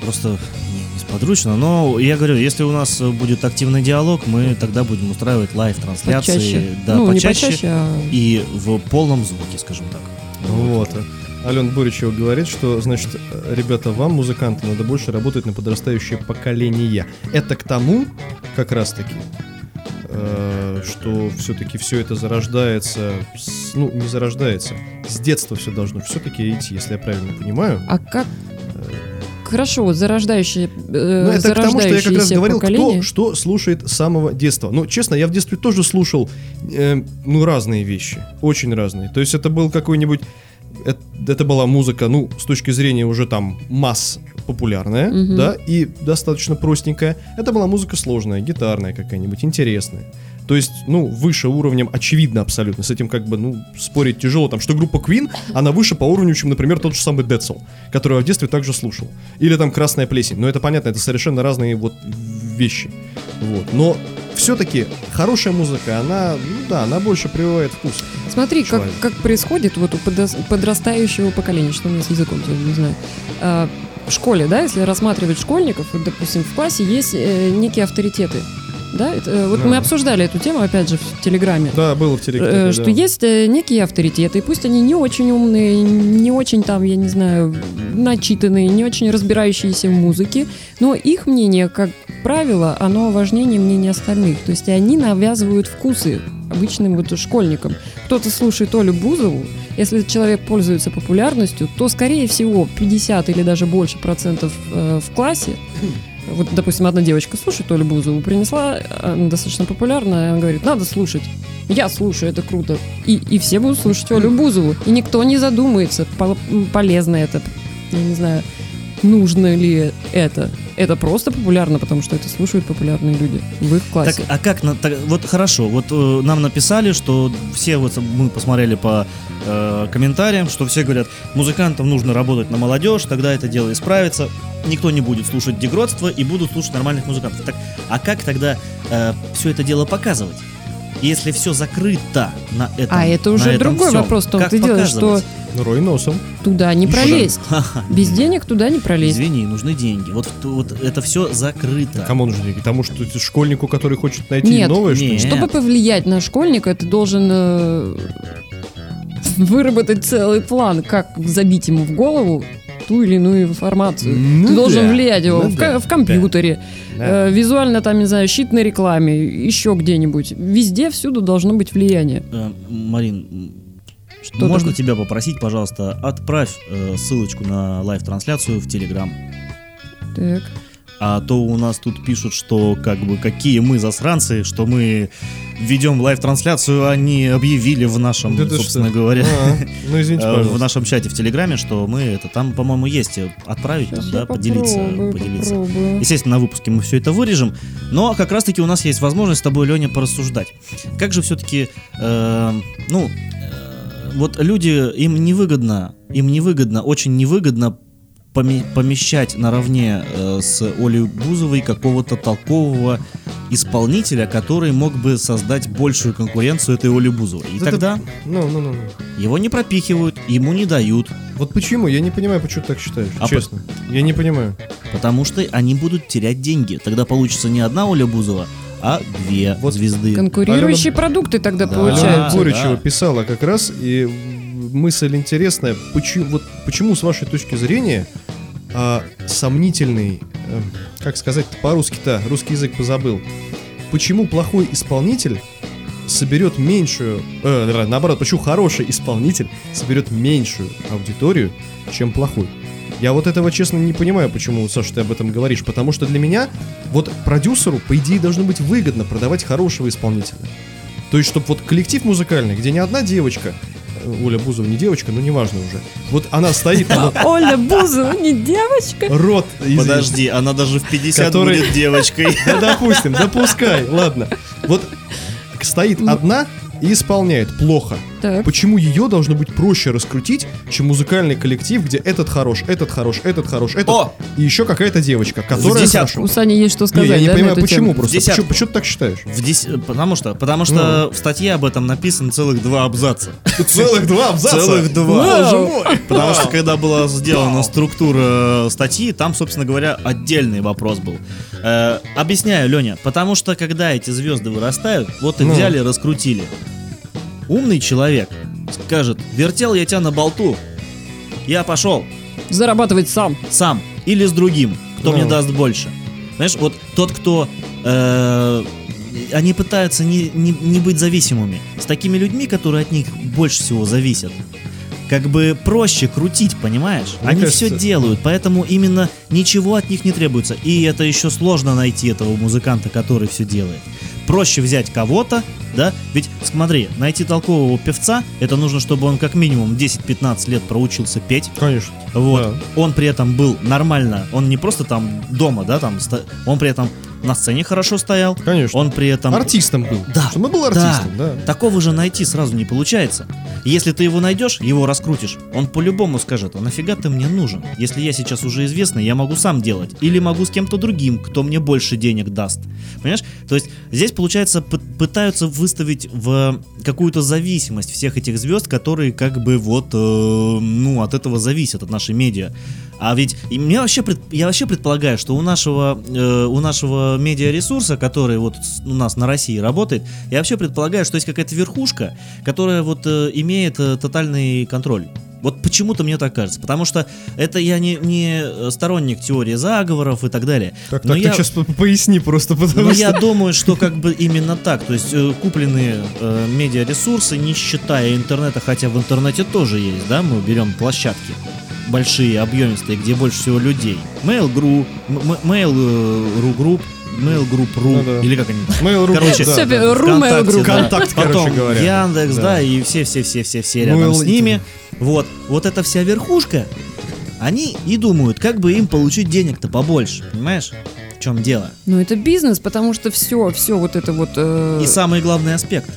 B: просто несподручно. Но я говорю, если у нас будет активный диалог, мы тогда будем устраивать лайв-трансляции.
A: Почаще.
B: Да,
A: Ну, не
B: почаще.
A: почаще, а...
B: И в полном звуке, скажем так.
C: Вот. Алена Буричева говорит, что, значит, ребята, вам, музыканты, надо больше работать на подрастающее поколение. Это к тому, как раз-таки, что все-таки все это зарождается, ну, не зарождается, с детства все должно все-таки идти, если я правильно понимаю.
A: А как... Хорошо, вот зарождающее,
C: Ну, это к тому, что я как раз говорил,
A: поколение.
C: кто что слушает с самого детства. Ну, честно, я в детстве тоже слушал, ну, разные вещи, очень разные. То есть это был какой-нибудь... Это была музыка, ну, с точки зрения уже там масс популярная, да, и достаточно простенькая. Это была музыка сложная, гитарная какая-нибудь, интересная. То есть, ну, выше уровнем, очевидно абсолютно. С этим как бы, ну, спорить тяжело. Там, что группа Queen, она выше по уровню, чем, например, тот же самый Dead Soul, который я в детстве также слушал. Или там Красная плесень. Но это понятно, это совершенно разные вот вещи. Вот. Но все-таки хорошая музыка, она, ну да, она больше прививает вкус.
A: Смотри, как происходит вот у подрастающего поколения, что у меня с языком, я не знаю. В школе, да, если рассматривать школьников, вот, допустим, в классе есть некие авторитеты. Да, вот мы обсуждали эту тему, опять же, в Телеграме.
C: Да, было в Телеграме.
A: Что есть некие авторитеты, и пусть они не очень умные, не очень там, я не знаю, начитанные, не очень разбирающиеся в музыке, но их мнение, как правило, оно важнее мнения остальных. То есть они навязывают вкусы обычным вот школьникам. Кто-то слушает Олю Бузову, если человек пользуется популярностью, то, скорее всего, 50 или даже больше процентов в классе. Вот, допустим, одна девочка слушает Олю Бузову, принесла, она достаточно популярная, она говорит, надо слушать. Я слушаю, это круто. И все будут слушать Олю Бузову. И никто не задумается, полезно это, я не знаю, нужно ли это. Это просто популярно, потому что это слушают популярные люди в их классе.
B: Так, а как, вот хорошо, вот нам написали, что все, вот мы посмотрели по комментариям, что все говорят, музыкантам нужно работать на молодежь, тогда это дело исправится, никто не будет слушать дегродство и будут слушать нормальных музыкантов. Так, а как тогда все это дело показывать? Если все закрыто на этом.
A: А это уже другой
B: всем,
A: вопрос, в том-то и дело, что
C: рой носом.
A: туда не пролезть. Без денег туда не пролезть.
B: Извини, нужны деньги. Вот это все закрыто.
C: Кому нужны деньги? Потому что ты школьнику, который хочет найти новое, что ли?
B: Нет.
A: Чтобы повлиять на школьника, ты должен выработать целый план, как забить ему в голову ту или иную информацию.
C: Ну
A: ты должен
C: да.
A: влиять его
C: Ну
A: в компьютере,
C: Да.
A: визуально там, не знаю, щит на рекламе, еще где-нибудь. Везде, всюду должно быть влияние.
B: Марин,
A: Что
B: можно
A: такое?
B: тебя попросить, пожалуйста, отправь ссылочку на лайв-трансляцию в Телеграм.
A: Так.
B: А то у нас тут пишут, что как бы какие мы засранцы, что мы ведем лайв-трансляцию, они объявили в нашем,
C: Да ты
B: собственно
C: что?
B: говоря,
C: Ну, извините,
B: в
C: пожалуйста.
B: нашем чате в Телеграме, что мы это там, по-моему, есть отправить,
A: Сейчас
B: да,
A: я
B: поделиться.
A: попробую.
B: Естественно, на выпуске мы все это вырежем, но как раз-таки у нас есть возможность с тобой, Леня, порассуждать. Как же все-таки, вот люди, им невыгодно, очень невыгодно помещать наравне с Олей Бузовой какого-то толкового исполнителя, который мог бы создать большую конкуренцию этой Оле Бузовой. И
C: Это-
B: тогда
C: Ну.
B: его не пропихивают, ему не дают,
C: Вот почему? Я не понимаю, почему ты так считаешь,
B: А
C: честно. Я не понимаю.
B: потому что они будут терять деньги. Тогда получится не одна Оля Бузова, а две
C: Вот
B: звезды.
A: Конкурирующие продукты тогда
B: Да.
C: Алена
A: получаются.
C: Буричева
B: да.
C: писала как раз, и мысль интересная, почему с вашей точки зрения сомнительный, как сказать по-русски-то, русский язык позабыл, почему плохой исполнитель соберет меньшую, наоборот, почему хороший исполнитель соберет меньшую аудиторию, чем плохой? Я вот этого, честно, не понимаю, почему, Саша, ты об этом говоришь, потому что для меня вот продюсеру, по идее, должно быть выгодно продавать хорошего исполнителя. То есть, чтобы вот коллектив музыкальный, где не одна девочка, Оля Бузова не девочка, но неважно уже, вот она стоит, она
A: Оля Бузова не девочка.
C: рот, извините.
B: Подожди, она даже в 50
C: Который-
B: будет девочкой.
C: Да допустим, допускай, ладно. Вот стоит одна, и исполняет плохо.
A: Так.
C: Почему ее должно быть проще раскрутить, чем музыкальный коллектив, где этот хорош, этот хорош, этот хорош, этот
B: О!
C: и еще какая-то девочка, которая
B: десятку.
A: У Сани есть что
C: Не,
A: сказать,
C: я не
A: да,
C: понимаю,
A: на эту
C: почему
A: тему?
C: просто.
B: Десятку.
C: Почему ты так считаешь?
B: Потому что в статье об этом написано целых 2 абзаца.
C: Целых 2 абзаца?
B: Целых 2.
C: Боже мой!
B: Потому что когда была сделана структура статьи, там, собственно говоря, отдельный вопрос был. Объясняю, Леня, потому что когда эти звезды вырастают, вот и
C: Ну.
B: взяли, раскрутили. Умный человек скажет: вертел я тебя на болту, я пошел
A: Зарабатывать сам.
B: сам или с другим, кто
C: Ну.
B: мне даст больше. Знаешь, вот тот, кто... они пытаются не быть зависимыми. С такими людьми, которые от них больше всего зависят, как бы проще крутить, понимаешь?
C: Мне
B: Они
C: кажется,
B: все делают, поэтому именно ничего от них не требуется. И это еще сложно найти этого музыканта, который все делает. Проще взять кого-то, да? Ведь, смотри, найти толкового певца, это нужно, чтобы он как минимум 10-15 лет проучился петь.
C: Конечно.
B: Вот.
C: Да.
B: Он при этом был нормально, он не просто там дома, да, там, он при этом на сцене хорошо стоял.
C: Конечно.
B: Он при этом...
C: Артистом был.
B: Да.
C: Что, ну, был артистом, да.
B: Такого же найти сразу не получается. Если ты его найдешь, его раскрутишь, он по-любому скажет: а нафига ты мне нужен? Если я сейчас уже известный, я могу сам делать. Или могу с кем-то другим, кто мне больше денег даст. Понимаешь? То есть здесь, получается, пытаются выставить в какую-то зависимость всех этих звезд, которые как бы вот, от этого зависят, от нашей медиа. А ведь я вообще предполагаю, что у нашего медиаресурса, который вот у нас на России работает, я вообще предполагаю, что есть какая-то верхушка, которая вот имеет тотальный контроль. Вот почему-то мне так кажется, потому что это я не сторонник теории заговоров и так далее.
C: Так,
B: Но
C: ты сейчас поясни просто,
B: но
C: потому что...
B: я думаю, что как бы именно так. То есть купленные медиаресурсы, не считая интернета, хотя в интернете тоже есть, да, мы берем площадки большие, объемистые, где больше всего людей. Mail.ru, Mail.ru, Mail.group.ru,
C: Ну да.
B: или как они там?
C: Mail.ru,
B: Короче,
C: да,
A: Всё,
C: да.
A: Mail.ru,
B: ВКонтакте,
A: Mail.ru,
B: да.
C: Контакт,
B: Потом
C: короче говоря.
B: Яндекс,
C: Да.
B: да, и все рядом
C: Mail.ru.
B: с ними. Вот эта вся верхушка, они и думают, как бы им получить денег-то побольше, понимаешь? В чем дело?
A: Ну, это бизнес, потому что все вот это вот...
B: И самый главный аспект.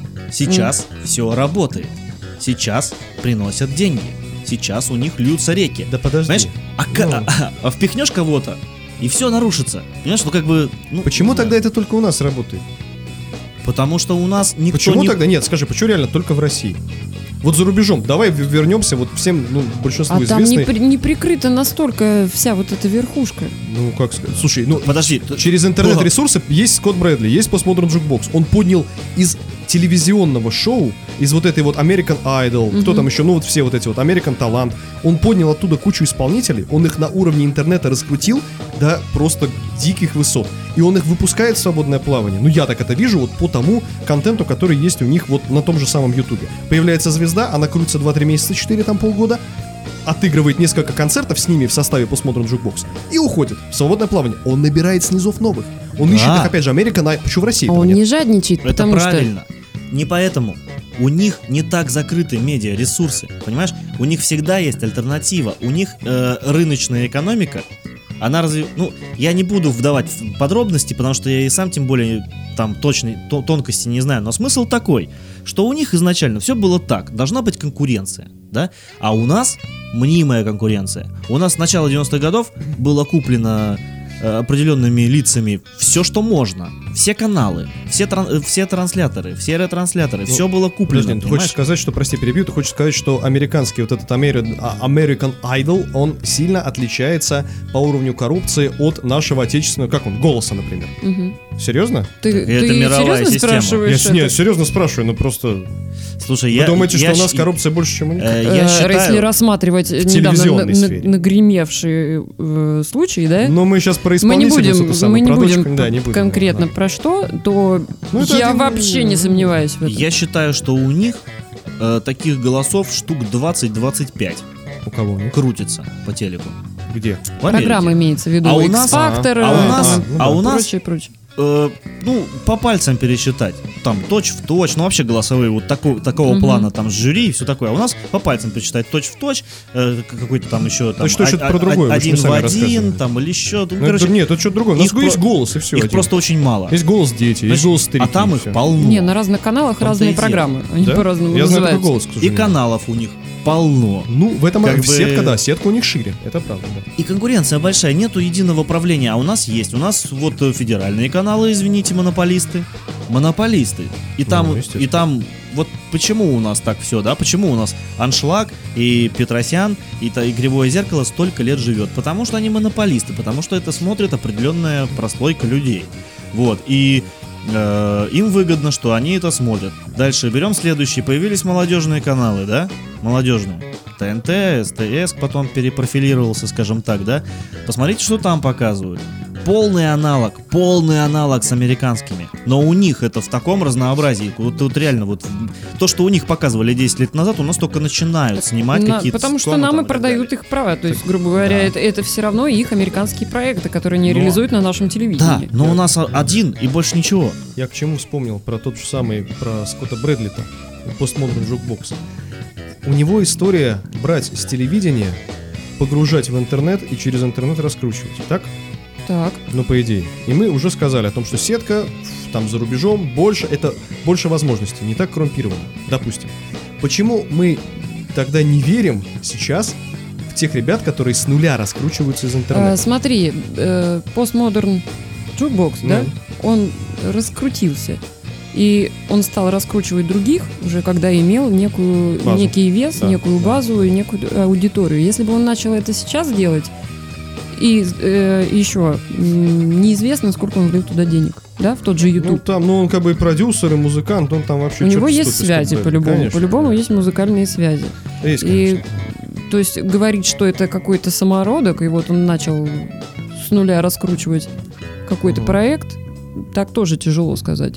B: Сейчас все работает. Сейчас приносят деньги. Сейчас у них льются реки.
C: Да подожди.
B: Понимаешь?
C: Ну.
B: А впихнешь кого-то, и все нарушится. Понимаешь, ну как бы...
C: Почему
B: не знаю.
C: тогда это только у нас работает?
B: Потому что у нас никто
C: Почему
B: не...
C: тогда? Нет, скажи, почему реально только в России? Вот за рубежом. Давай вернемся, вот всем, большинству
A: А там
C: известные.
A: не прикрыта настолько вся вот эта верхушка.
C: Ну, как сказать? Слушай,
B: Подожди.
C: через интернет-ресурсы есть Скотт Брэдли, есть Postmodern Jukebox. Он поднял из телевизионного шоу, из вот этой вот American Idol, кто там еще, вот все вот эти вот American Talent, он поднял оттуда кучу исполнителей, он их на уровне интернета раскрутил до просто диких высот. И он их выпускает в свободное плавание. Ну, я так это вижу вот по тому контенту, который есть у них вот на том же самом Ютубе. Появляется звезда, она крутится 2-3 месяца, 4 там полгода, отыгрывает несколько концертов с ними в составе Postmodern Jukebox и уходит в свободное плавание. Он набирает снизов новых. Он
B: Да.
C: ищет их, опять же, American Idol. Почему в России
A: А
C: этого
A: он
C: нет?
A: не жадничает,
B: Это
A: потому
B: правильно. Не поэтому. У них не так закрыты медиаресурсы. Понимаешь? У них всегда есть альтернатива. У них рыночная экономика. Она я не буду вдавать в подробности, потому что я и сам, тем более, там точной тонкости не знаю. Но смысл такой, что у них изначально все было так. Должна быть конкуренция, да? А у нас мнимая конкуренция. У нас с начала 90-х годов было куплено определенными лицами все, что можно. Все каналы, все трансляторы, все ретрансляторы, все было куплено.
C: Подожди, ты
B: понимаешь?
C: хочешь сказать, что, прости, перебью, ты хочешь сказать, что американский вот этот American Idol, он сильно отличается по уровню коррупции от нашего отечественного, как он, «Голоса», например.
A: Мгм.
C: Серьезно?
A: Ты
B: Это мировая
A: серьезно
B: система.
A: спрашиваешь
C: Нет,
A: это?
C: серьезно спрашиваю, просто...
B: Слушай,
C: Вы думаете, что у нас коррупция больше, чем у них?
B: я считаю...
A: Если рассматривать недавно
C: телевизионной сфере.
A: нагремевшие случаи, да?
C: Но мы сейчас про
A: Мы не
C: исполнительницу ту самую, про дочку,
A: будем
C: да, не будем.
A: конкретно
C: да.
A: про что, то
C: Ну, это
A: я
C: один-
A: вообще не сомневаюсь в этом.
B: Я считаю, что у них таких голосов штук 20-25
C: У кого у них?
B: крутится по телеку.
C: Где?
B: В Америке.
A: Программа имеется в виду.
B: А у нас-
A: X-Factor,
B: а у нас-
A: там,
B: а у нас-
A: прочее, прочее.
B: по пальцам пересчитать. Там точь-в-точь, вообще голосовые вот такого плана, там с жюри и все такое. А у нас по пальцам пересчитать точь-в-точь, какой-то там еще там
C: что-то про другое, вы же
B: один
C: мне
B: в
C: сами
B: один,
C: рассказывали.
B: там, или еще.
C: Нет, это что-то другое. У нас есть голос, и все.
B: Их просто очень мало.
C: Есть голос дети, есть голос старики.
B: А там их полно.
A: Не, на разных каналах разные программы. Они
C: Да?
A: по-разному
C: Я знаю только
A: называются.
C: голос, к
B: И
C: сожалению.
B: каналов у них полно.
C: В этом
B: Как бы-
C: сетка у них шире, это правда, да.
B: И конкуренция большая, нету единого правления, а у нас есть. У нас вот федеральные каналы, извините, монополисты. И там, вот почему у нас так все, да? Почему у нас Аншлаг и Петросян и Кривое Зеркало столько лет живет? Потому что они монополисты, потому что это смотрит определенная прослойка людей. Вот, и им выгодно, что они это смотрят. Дальше берем следующий. Появились молодежные каналы, да? Молодежные. ТНТ, СТС потом перепрофилировался, скажем так, да? Посмотрите, что там показывают. Полный аналог с американскими. Но у них это в таком разнообразии. Вот реально, вот то, что у них показывали 10 лет назад, у нас только начинают снимать какие-то...
A: Потому что
B: ситкомы
A: нам
B: там
A: и продают
B: так далее.
A: их права. То есть, грубо говоря, это все равно их американские проекты, которые они реализуют на нашем
B: Да,
A: телевидении.
B: но у нас один и больше ничего.
C: Я к чему вспомнил про тот же самый, про Скотта Брэдлита, Postmodern Jukebox. У него история брать с телевидения, погружать в интернет и через интернет раскручивать, так?
A: Так.
C: Ну, по идее. И мы уже сказали о том, что сетка там за рубежом больше возможностей, не так коррумпирована, допустим. Почему мы тогда не верим сейчас в тех ребят, которые с нуля раскручиваются из интернета?
A: Смотри, Postmodern Jukebox, да, он раскрутился. И он стал раскручивать других, уже когда имел некий вес,
C: Да,
A: некую базу и некую аудиторию. Если бы он начал это сейчас делать, и еще неизвестно, сколько он влил туда денег, да, в тот же YouTube.
C: Он как бы и продюсер, и музыкант, он там вообще...
A: У него
C: черт
A: есть
C: стопит,
A: связи
C: да,
A: по-любому.
C: конечно.
A: По-любому есть музыкальные связи.
C: Есть,
A: И
C: конечно.
A: то есть говорить, что это какой-то самородок, и вот он начал с нуля раскручивать какой-то проект, так тоже тяжело сказать.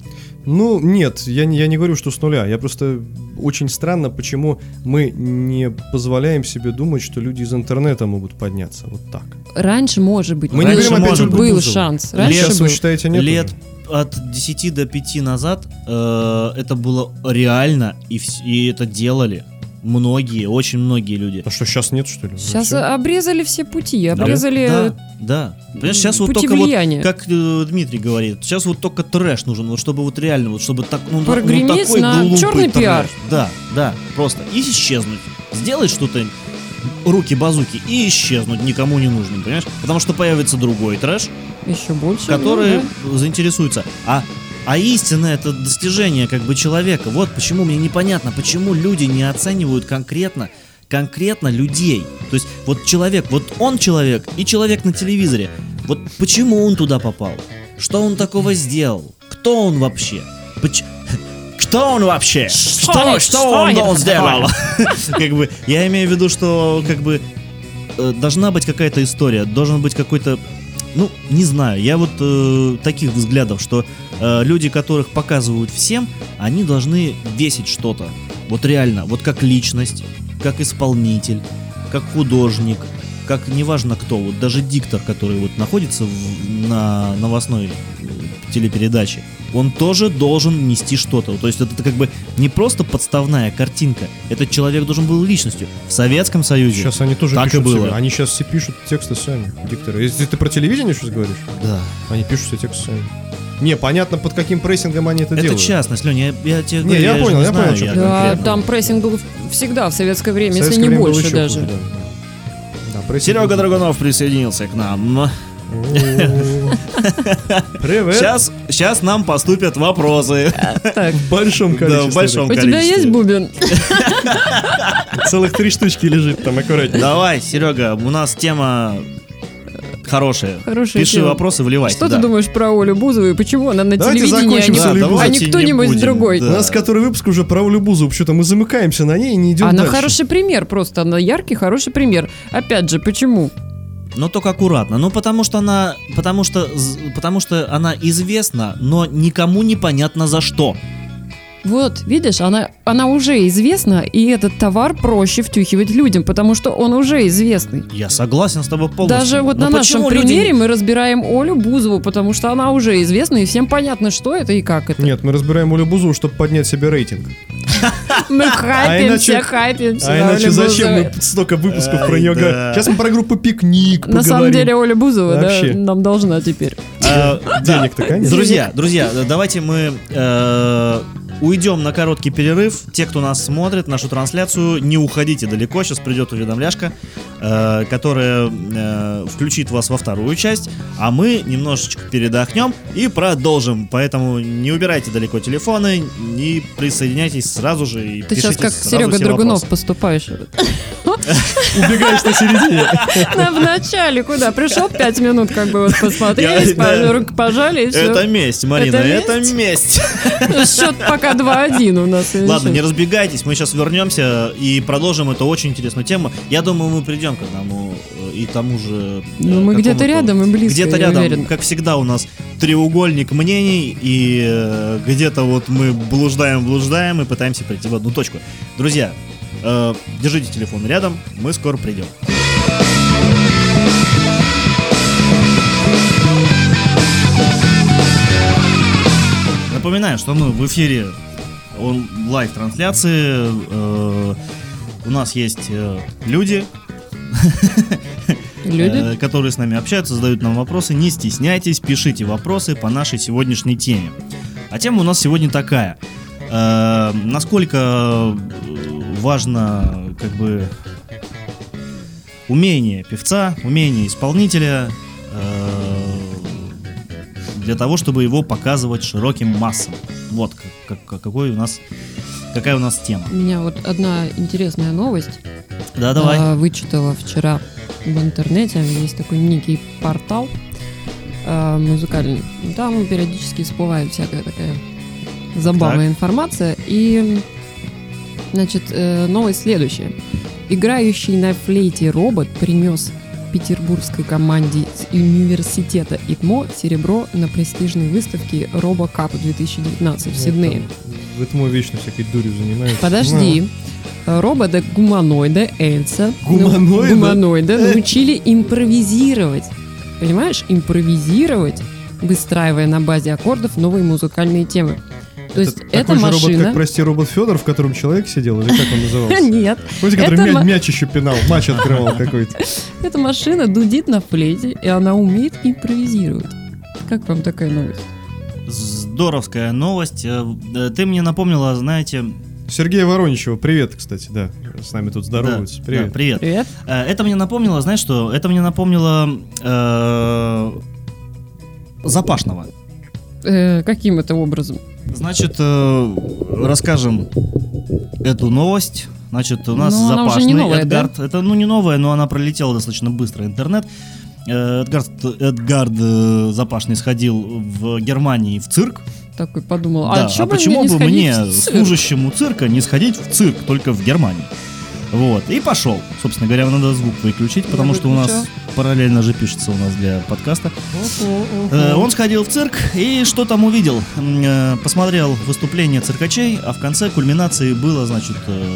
C: Нет, я не говорю, что с нуля. Я просто очень странно, почему мы не позволяем себе думать, что люди из интернета могут подняться вот так.
A: Раньше, может быть,
C: Мы не
B: Раньше
C: берем опять
B: может
C: Ольгу
A: был
C: Бузову.
A: шанс.
B: Раньше
C: Сейчас
A: был.
C: вы считаете, нет?
B: Лет
C: уже?
B: от 10 до 5 назад это было реально, и это делали очень многие люди.
C: А что, сейчас нет, что ли?
A: Сейчас
C: Всё?
A: обрезали все пути, обрезали
B: Да. Понимаешь, сейчас вот
A: пути
B: только
A: влияния.
B: вот, как Дмитрий говорит, сейчас вот только трэш нужен, вот чтобы вот реально, вот чтобы так,
A: Прогреметь
B: такой
A: на
B: глупый
A: черный
B: трэш.
A: пиар.
B: Да, просто. И исчезнуть. Сделать что-то, руки-базуки, и исчезнуть никому не нужным, понимаешь? Потому что появится другой трэш,
A: еще больше.
B: который
A: ну
B: заинтересуется. А истина — это достижение как бы человека. Вот почему мне непонятно, почему люди не оценивают конкретно людей. То есть вот человек, вот он человек и человек на телевизоре. Вот почему он туда попал? Что он такого сделал? Кто он вообще? Кто он вообще? Что он сделал? Как бы я имею в виду, что как бы должна быть какая-то история, должен быть какой-то, не знаю, я вот таких взглядов, что люди, которых показывают всем, они должны весить что-то. Вот реально, вот как личность, как исполнитель, как художник, как неважно кто, вот даже диктор, который вот находится на новостной телепередаче, он тоже должен нести что-то. То есть это как бы не просто подставная картинка, этот человек должен был личностью. В Советском Союзе
C: Сейчас они тоже
B: так
C: пишут
B: и было.
C: себе. Они сейчас все пишут тексты сами, дикторы. Если ты про телевидение сейчас говоришь,
B: Да.
C: они пишут все тексты сами. Не, понятно, под каким прессингом они это
B: Это
C: делают.
B: частность, Леня, я тебе
C: Не,
B: говорю,
C: я
B: же
C: понял,
B: не
C: я
B: знаю,
C: понял, что
B: я
C: ты
A: Да,
B: конкретно.
A: там прессинг был всегда в советское время,
C: В
A: если
C: советское
A: не
C: время было
A: больше
C: еще
A: даже.
C: хуже, да, прессинг
B: Серега
C: был-
B: Драгунов присоединился к нам.
C: О-о-о. Привет.
B: Сейчас нам поступят вопросы.
A: Так,
C: В большом
B: Да,
C: количестве.
B: в большом
A: у тебя
B: количестве.
A: есть бубен?
C: Целых 3 штучки лежит там аккуратнее.
B: Давай, Серега, у нас тема хорошая.
A: Хорошая
B: Пиши
A: тема.
B: вопросы, вливайся.
A: Что
B: да.
A: ты думаешь про Олю Бузову и почему она на
C: Давайте
A: телевидении,
C: закончим с Олей
A: а
C: Бузовой.
A: не кто-нибудь
B: Не будем,
A: другой?
C: У
B: да.
C: нас который выпуск уже про Олю Бузову, что-то мы замыкаемся на ней и не идем
A: Она
C: дальше.
A: хороший пример просто, она яркий, хороший пример. Опять же, почему?
B: Но только аккуратно. Ну, потому что она известна, но никому непонятно за что.
A: Вот, видишь, она уже известна, и этот товар проще втюхивать людям, потому что он уже известный.
B: Я согласен с тобой полностью.
A: Даже вот
B: Но
A: на нашем
B: почему люди-
A: примере мы разбираем Олю Бузову, потому что она уже известна, и всем понятно, что это и как это.
C: Нет, мы разбираем Олю Бузову, чтобы поднять себе рейтинг.
A: Мы хайпимся,
C: А
A: хайпимся.
C: иначе
A: на Оле
C: зачем
A: Бузовой.
C: мы столько выпусков про
B: Ай,
C: нее
B: да.
C: говорим? Сейчас мы про группу «Пикник»
A: На самом
C: поговорим.
A: деле Оля Бузова,
C: Вообще.
A: да, нам должна теперь.
C: Денег-то, конечно.
B: Друзья, давайте мы уйдем на короткий перерыв. Те, кто нас смотрит, нашу трансляцию, не уходите далеко. Сейчас придет уведомляшка, которая включит вас во вторую часть. А мы немножечко передохнем и продолжим. Поэтому не убирайте далеко телефоны, не присоединяйтесь сразу же и
A: Ты
B: пишите
A: сейчас как
B: сразу
A: Серега
B: все
A: Драгунов
B: вопросы.
A: поступаешь.
C: Убегаешь на середине.
A: В начале куда? Пришел 5 минут, как бы вот посмотрели,
B: Да.
A: руку пожали, и все.
B: Это месть, Марина,
A: Это
B: это месть.
A: Счет пока 2-1 у нас.
B: Ладно, не разбегайтесь, мы сейчас вернемся и продолжим эту очень интересную тему. Я думаю, мы придем к одному и тому же...
A: Ну, мы где-то рядом и близко,
B: Где-то
A: я
B: рядом,
A: уверена.
B: как всегда, у нас треугольник мнений, и где-то вот мы блуждаем и пытаемся прийти в одну точку. Друзья, держите телефон рядом, мы скоро придем. Напоминаю, что мы в эфире лайв-трансляции. У нас есть люди, которые с нами общаются, задают нам вопросы. Не стесняйтесь, пишите вопросы по нашей сегодняшней теме. А тема у нас сегодня такая. Насколько важно как бы умение певца, умение исполнителя для того, чтобы его показывать широким массам. Вот какая у нас тема.
A: У меня вот одна интересная новость.
B: Да, давай.
A: Вычитала вчера в интернете. Есть такой некий портал музыкальный. Там периодически всплывает всякая такая забавная информация. И, значит, новость следующая. Играющий на флейте робот принес петербургской команде с университета ИТМО серебро на престижной выставке RoboCup 2019 в Сиднее.
C: В ИТМО вечно всякой дурью занимаются.
A: Подожди. Робота-гуманоида Эльса
C: Гуманоида?
A: научили импровизировать. Понимаешь? Импровизировать, выстраивая на базе аккордов новые музыкальные темы. То есть это
C: такой же робот,
A: машина...
C: как, прости, робот Федор, в котором человек сидел, или как он назывался?
A: Нет.
C: Помните,
A: Это
C: который
A: ма-
C: мяч еще пинал, матч открывал какой-то.
A: Эта машина дудит на флейте, и она умеет импровизировать. Как вам такая новость?
B: Здоровская новость. Ты мне напомнила, знаете...
C: Сергея Вороничева, привет, кстати, да, с нами тут здороваются.
B: Да,
C: Привет.
B: да, привет.
A: Привет.
B: Это мне напомнило, знаешь что? Это мне напомнило Запашного.
A: Каким это образом?
B: Значит, расскажем эту новость. Значит, у нас
A: Ну, она уже
B: Запашный
A: не новая,
B: Эдгард. Это, не новая, но она пролетела достаточно быстро интернет. Эдгард Запашный сходил в Германии в цирк.
A: Такой подумал.
B: Да,
A: чё
B: а почему
A: не
B: бы
A: сходить
B: мне,
A: в цирк?
B: служащему цирка, не сходить в цирк, только в Германии? Вот, и пошел. Собственно говоря, надо звук выключить, потому что у нас
A: выключаю.
B: параллельно же пишется у нас для подкаста. Он сходил в цирк и что там увидел? Посмотрел выступление циркачей, а в конце кульминации было, значит,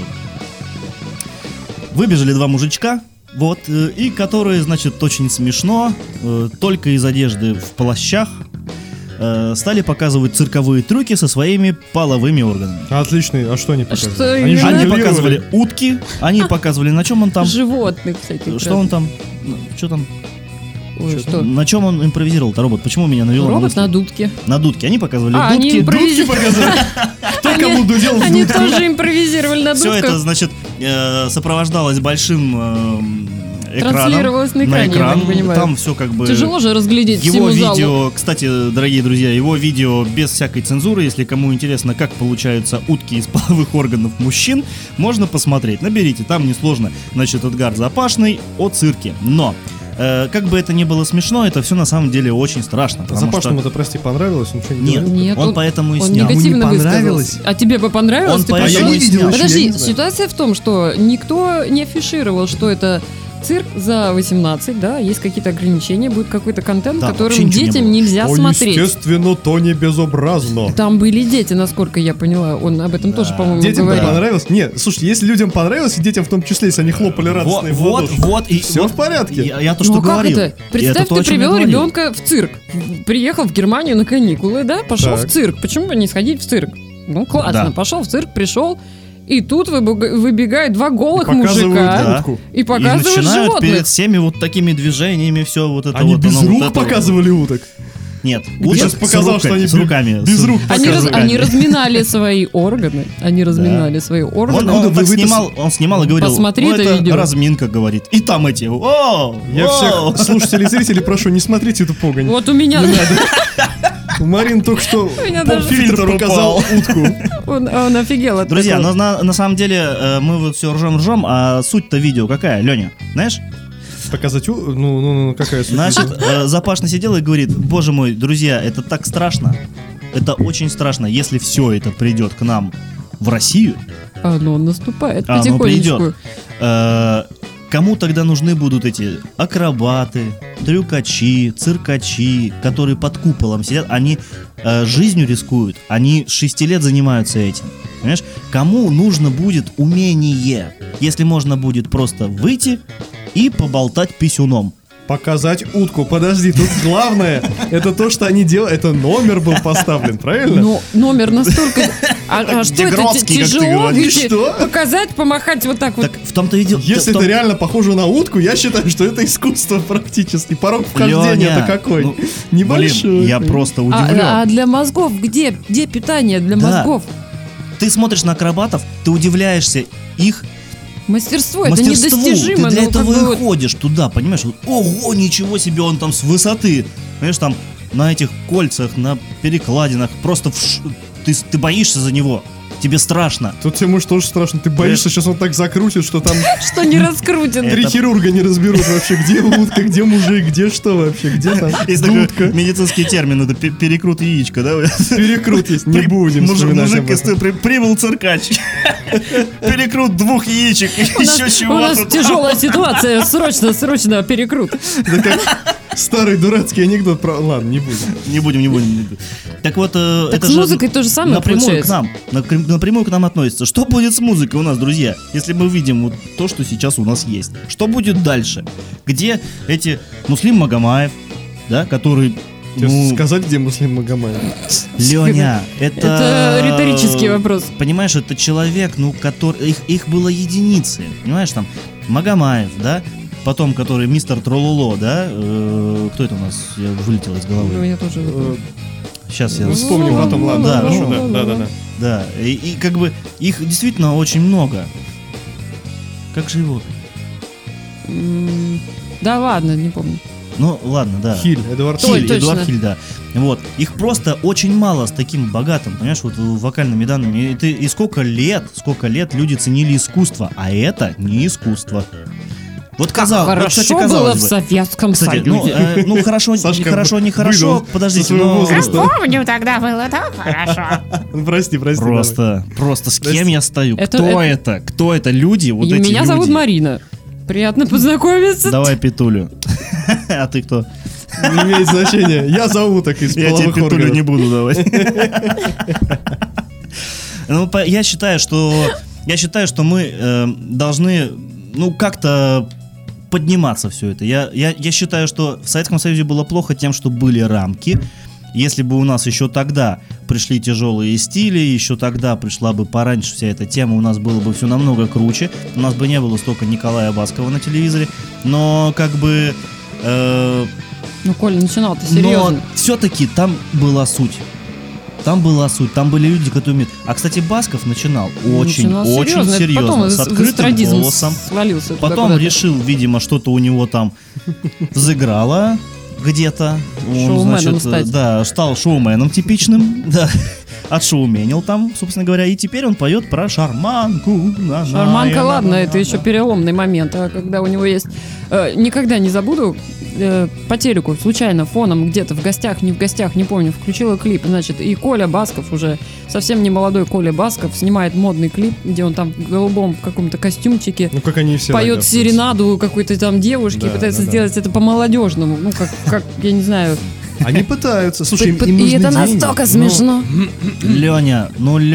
B: выбежали два мужичка, вот, и которые, значит, очень смешно, только из одежды в плащах, стали показывать цирковые трюки со своими половыми органами.
C: Отличный, а что они показывали?
A: Что
C: Они
A: именно?
C: же
B: Они
C: аннулировали.
B: показывали утки, они показывали, на чем он там,
A: Животных всяких.
B: что он там, что там,
A: Ой, что?
B: на чем он импровизировал-то робот, почему меня навело на
A: Робот
B: мысль?
A: на дудке.
B: На дудке, они показывали
A: Они
B: дудки.
A: импровизировали.
C: показали. Кто кому дудел в
A: Они
C: дудку?
A: тоже импровизировали на
B: Все это,
A: дудках.
B: значит, сопровождалось большим экраном.
A: Транслировалось на экране, я так понимаю.
B: Там все как бы...
A: Тяжело же разглядеть
B: Его
A: всему залу.
B: видео, кстати, дорогие друзья, его видео без всякой цензуры, если кому интересно, как получаются утки из половых органов мужчин, можно посмотреть. Наберите, там несложно. Значит, Эдгард Запашный о цирке. Но, как бы это ни было смешно, это все на самом деле очень страшно. потому
C: Запашному
B: что-
C: это, прости, понравилось? Он что, не
B: Нет,
C: говорил?
A: Нет,
B: он поэтому и
A: Он
B: снял.
A: негативно
C: Ему не понравилось?
A: высказался. А тебе бы понравилось?
B: Он
A: Ты
B: поэтому
A: пришел-
B: и снял.
C: еще, я
A: Подожди,
C: не знаю.
A: ситуация в том, что никто не афишировал, что это цирк за 18, да, есть какие-то ограничения, будет какой-то контент,
B: Да,
A: которым
B: вообще ничего не
A: детям
B: было.
A: нельзя смотреть.
C: Естественно, то не безобразно.
A: Там были дети, насколько я поняла. Он об этом тоже, по-моему,
C: Детям
A: говорил.
C: понравилось? Нет, слушайте, если людям понравилось, и детям в том числе, если они хлопали радостные в ладоши,
B: и
C: все
B: вот
C: в порядке.
B: Я то,
A: Ну
B: что
A: а как
B: говорил.
A: это? Представь,
B: то,
A: ты
B: о чем я
A: привел
B: говорил.
A: ребенка в цирк. Приехал в Германию на каникулы, да? Пошел
C: Так.
A: в цирк. Почему бы не сходить в цирк? Ну, классно.
B: Да.
A: Пошел в цирк, пришел. И тут выбегают два голых
C: Показывают
A: мужика
C: утку.
A: и
B: И
A: показывают
B: начинают
A: животных.
B: перед всеми вот такими движениями все вот это
C: Они
B: вот.
C: без
B: оно
C: рук
B: вот это вот.
C: показывали уток.
B: Нет,
C: Ты
B: уток
C: сейчас показал, что они
B: с руками.
C: без
B: с-
C: рук
A: Они,
C: показывали.
A: они разминали свои органы. Они разминали свои органы.
B: Он
C: Вы-
B: так
C: вы-
B: снимал и говорил,
A: Посмотри
B: ну,
A: это
B: это
A: видео.
B: разминка, говорит. И там эти,
C: Я всех слушателей и зрителей прошу, не смотрите эту погонь.
A: Вот у меня...
C: Марин только что
A: меня даже
C: фильтр
B: фильтр
C: показал
B: упал.
C: утку.
A: Он офигел от
B: Друзья,
A: такого.
B: но на самом деле мы вот все ржем, а суть-то видео какая, Леня? Знаешь?
C: Показать, ну, какая суть?
B: Значит, Запашный сидел и говорит, боже мой, друзья, это так страшно. Это очень страшно, если все это придет к нам в Россию,
A: Оно наступает
B: оно
A: потихонечку.
B: придет. Кому тогда нужны будут эти акробаты, трюкачи, циркачи, которые под куполом сидят? Они жизнью рискуют, они с 6 лет занимаются этим. Понимаешь? Кому нужно будет умение, если можно будет просто выйти и поболтать писюном?
C: Показать утку. Подожди, тут главное, это то, что они делают. Это номер был поставлен, правильно?
A: Но номер настолько... А что это
B: Дегродский, как ты
A: тяжело?
B: говоришь.
A: Ведь
C: Что?
A: показать, помахать вот так вот.
B: Так в том-то и дело.
C: Если
B: в том-
C: это реально похоже на утку, я считаю, что это искусство практически. Порог вхождения
B: Леня,
C: это какой?
B: ну,
C: Небольшой.
B: Блин, я просто удивлен.
A: А для мозгов где? Где питание для
B: Да.
A: мозгов?
B: Ты смотришь на акробатов, ты удивляешься их
A: Мастерство, это
B: мастерству.
A: недостижимо.
B: Ты для
A: ну, как
B: этого
A: бы
B: и
A: вот.
B: ходишь туда, понимаешь? Вот, ого, ничего себе, он там с высоты. Понимаешь, там на этих кольцах, на перекладинах, просто ты боишься за него. Тебе страшно.
C: Тут тебе, может, тоже страшно. Ты боишься, сейчас он так закрутит, что там
A: Что не раскрутит.
C: три хирурга не разберут вообще, где утка, где мужик, где что вообще, где там
B: Есть такой
C: дудка.
B: медицинский термин, это перекрут яичка, да?
C: Перекрут есть, не будем вспоминать об
B: Мужик
C: этом.
B: прибыл циркач. Перекрут 2 яичек, еще
A: У
B: чего
A: нас
B: тут.
A: тяжелая ситуация, срочно перекрут.
C: Это как старый дурацкий анекдот про... Ладно, не будем.
B: Не будем. Так вот,
A: Так
B: это
A: с
B: же
A: музыкой то же самое
B: напрямую к
A: получается.
B: нам, напрямую к нам относится. Что будет с музыкой у нас, друзья, если мы видим вот то, что сейчас у нас есть? Что будет дальше? Где эти Муслим Магомаев, да, который...
C: Тебе
B: ну,
C: сказать, где Муслим Магомаев?
B: Леня, это...
A: Это риторический вопрос.
B: Понимаешь, это человек, ну, который... Их было единицы, понимаешь, там, Магомаев, да, потом, который мистер Трололо, да, кто это у нас? Я вылетел из
A: Ну,
B: головы.
A: я тоже...
B: Сейчас я...
C: Вспомним потом, ладно,
B: Да,
C: хорошо,
B: ну,
C: да.
B: Да, и как бы их действительно очень много. Как же его?
A: Да ладно, не помню.
B: Ну, ладно, да.
C: Хиль, Эдуард
A: Ой,
C: Хиль.
A: точно.
B: Эдуард Хиль, да. Вот. Их просто очень мало с таким богатым, понимаешь, вот вокальными данными. И сколько лет люди ценили искусство, а это не искусство. Вот казалось, вот,
A: Хорошо
B: кстати,
A: было
B: казалось
A: в
B: бы.
A: Советском
B: Кстати,
A: Союзе.
B: ну хорошо,
C: Сашка
B: нехорошо, нехорошо.
C: выдал
B: Подождите,
C: со своего
B: но
C: возраста.
D: Помню, тогда было так хорошо.
C: Ну, прости.
B: просто с кем
C: Прости.
B: я стою?
A: Это-
B: Кто это? Кто это? Люди, вот
A: И
B: эти
A: меня
B: люди.
A: зовут Марина. Приятно познакомиться.
B: Давай петулю. А ты кто?
C: Не имеет значения. Я зову так из
B: Я тебе
C: половых
B: петулю
C: органов.
B: не буду давать. Ну, я считаю, что мы должны, ну, как-то подниматься все это. Я считаю, что в Советском Союзе было плохо тем, что были рамки. Если бы у нас еще тогда пришли тяжелые стили, еще тогда пришла бы пораньше вся эта тема, у нас было бы все намного круче. У нас бы не было столько Николая Баскова на телевизоре. Но как бы...
A: Ну, Коля, начинал-то
B: Но
A: серьезно.
B: все-таки там была суть. Там были люди, которые умеют. А, кстати, Басков начинал очень
A: Это
B: серьезно,
A: потом
B: с
A: в
B: открытым
A: эстрадизм
B: голосом.
A: свалился туда
B: Потом
A: куда-то.
B: решил, видимо, что-то у него там взыграло где-то. Он,
A: Шоуменом
B: значит,
A: стать.
B: да, стал шоуменом типичным, да. отшоуменил там, собственно говоря, и теперь он поет про шарманку.
A: Шарманка, ладно, это еще переломный момент. А когда у него есть... никогда не забуду, по телеку случайно фоном где-то в гостях, не помню, включила клип, значит, и Коля Басков, уже совсем не молодой Коля Басков, снимает модный клип, где он там в голубом каком-то костюмчике
C: Ну, как они все
A: поет серенаду какой-то там девушке,
C: Да,
A: пытается
C: да, да.
A: сделать это по-молодежному, ну, как, я не знаю.
C: Они пытаются. Слушай, им
A: И
C: нужны
A: это
C: деньги.
A: настолько смешно.
B: Леня,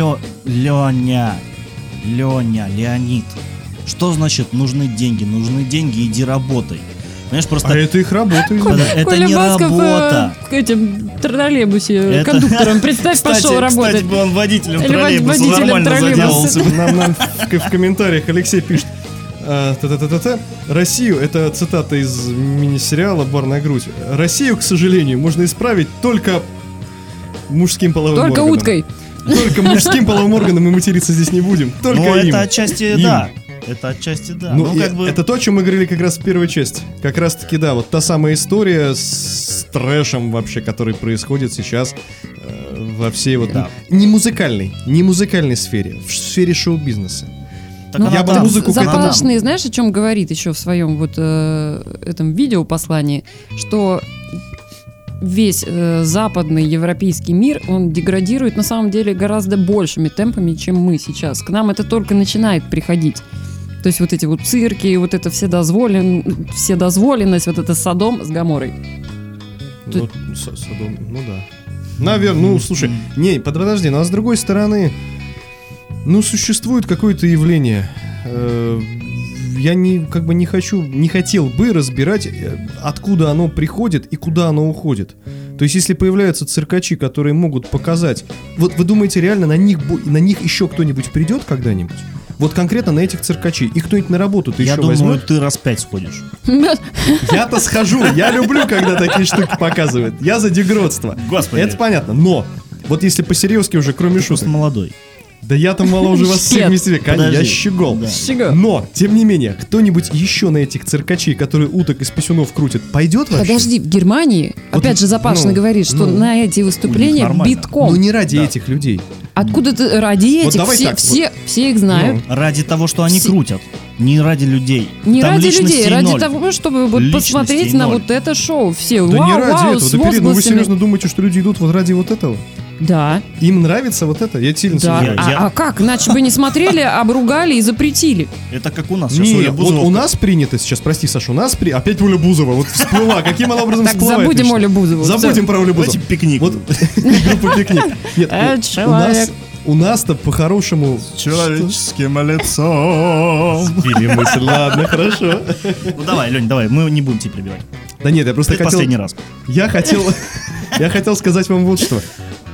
B: Леонид. Что значит нужны деньги? Нужны деньги, иди работай. Понимаешь, просто...
C: А это их работа.
B: Да, это
A: Коля
B: не
A: Басков
B: работа.
A: этим троллейбусе
B: Это-
A: кондуктором, представь,
B: Кстати,
A: пошел работать.
B: Кстати, бы он водителем
A: Или
B: троллейбуса
A: водителем
B: нормально
A: троллейбуса.
B: заделался.
C: Нам в комментариях Алексей пишет. Россию, это цитата из мини-сериала «Барная грудь». Россию, к сожалению, можно исправить только мужским половым
A: Только
C: органом.
A: уткой.
C: Только мужским половым органом мы материться здесь не будем. Только
B: Ну,
C: им.
B: это отчасти
C: Им.
B: да. Это отчасти да.
C: Ну,
B: Ну,
C: и
B: как бы...
C: это то, о чем мы говорили как раз в первой части. Как раз таки, да, вот та самая история с трэшем вообще, который происходит сейчас во всей вот
B: Да.
C: не музыкальной сфере, в сфере шоу-бизнеса.
B: Так
A: Ну,
B: она
C: я бы
B: там.
C: музыку к этому-
A: Запашный, знаешь, о чем говорит еще в своем вот этом видеопослании, что весь западный европейский мир, он деградирует на самом деле гораздо большими темпами, чем мы сейчас. К нам это только начинает приходить. То есть вот эти вот цирки, вот это вседозволенность, вот это Содом с Гоморрой.
C: Ну, Содом, ну да. Наверное, ну слушай, не, подожди, но с другой стороны, ну существует какое-то явление. Я не хотел бы разбирать, откуда оно приходит и куда оно уходит. То есть, если появляются циркачи, которые могут показать, вот вы думаете, реально на них еще кто-нибудь придет когда-нибудь? Вот конкретно на этих циркачей. И кто-нибудь на работу-то
B: Я
C: еще
B: думаю,
C: возьмет?
B: ты раз 5 сходишь.
C: Я-то схожу, я люблю, когда такие штуки показывают. Я за дегродство.
B: Господи.
C: Это понятно, но вот если по-серьезки уже, кроме
B: Ты
C: шуток.
B: просто молодой.
C: Да я-то мало уже вас всех
A: Щет.
C: вместе. Конечно, я
B: Подожди.
C: щегол.
B: Да.
A: Щегол.
C: Но, тем не менее, кто-нибудь еще на этих циркачей, которые уток из писюнов крутят, пойдет вообще?
A: Подожди, в Германии,
C: Вот,
A: опять же, Запашный
C: ну,
A: говорит, что
C: ну,
A: на эти выступления
B: нормально.
A: битком.
C: Ну не ради
B: Да.
C: этих людей.
A: Откуда ты ради
C: Вот
A: этих?
C: давай
A: Все,
C: так,
A: все их знают.
B: Ради того, что они
A: Все-
B: крутят. Не ради людей.
A: Не
B: Там
A: ради людей,
B: личностей
A: ради
B: ноль.
A: того, чтобы вот
B: Личностей
A: посмотреть на
B: ноль.
A: вот это шоу. Все,
C: Да
A: вау,
C: не ради
A: вау,
C: этого.
A: с
C: Да, ну вы
A: возгласами.
C: серьезно думаете, что люди идут вот ради вот этого?
A: Да,
C: Им нравится вот это? Я сильно
A: да.
C: сомневаюсь.
A: А как? Иначе бы не смотрели, обругали и запретили.
B: Это как у нас. Сейчас
C: Не,
B: Оля
C: вот
B: Бузова
C: у нас принято сейчас, прости, Саша, опять Оля Бузова, вот всплыла, каким она образом
A: Так,
C: всплывает?
A: забудем
C: лично?
A: Олю Бузову.
C: Забудем про Олю Бузову.
B: Давайте пикник.
C: Вот группа «Пикник». Нет,
A: Человек.
C: у нас-то по-хорошему...
B: Человеческим лицом.
C: Сбили мысль, ладно, хорошо.
B: Ну давай, Лень, давай, мы не будем тебя перебивать.
C: Да нет, я просто
B: Это
C: хотел...
B: последний раз.
C: Я хотел сказать вам вот что.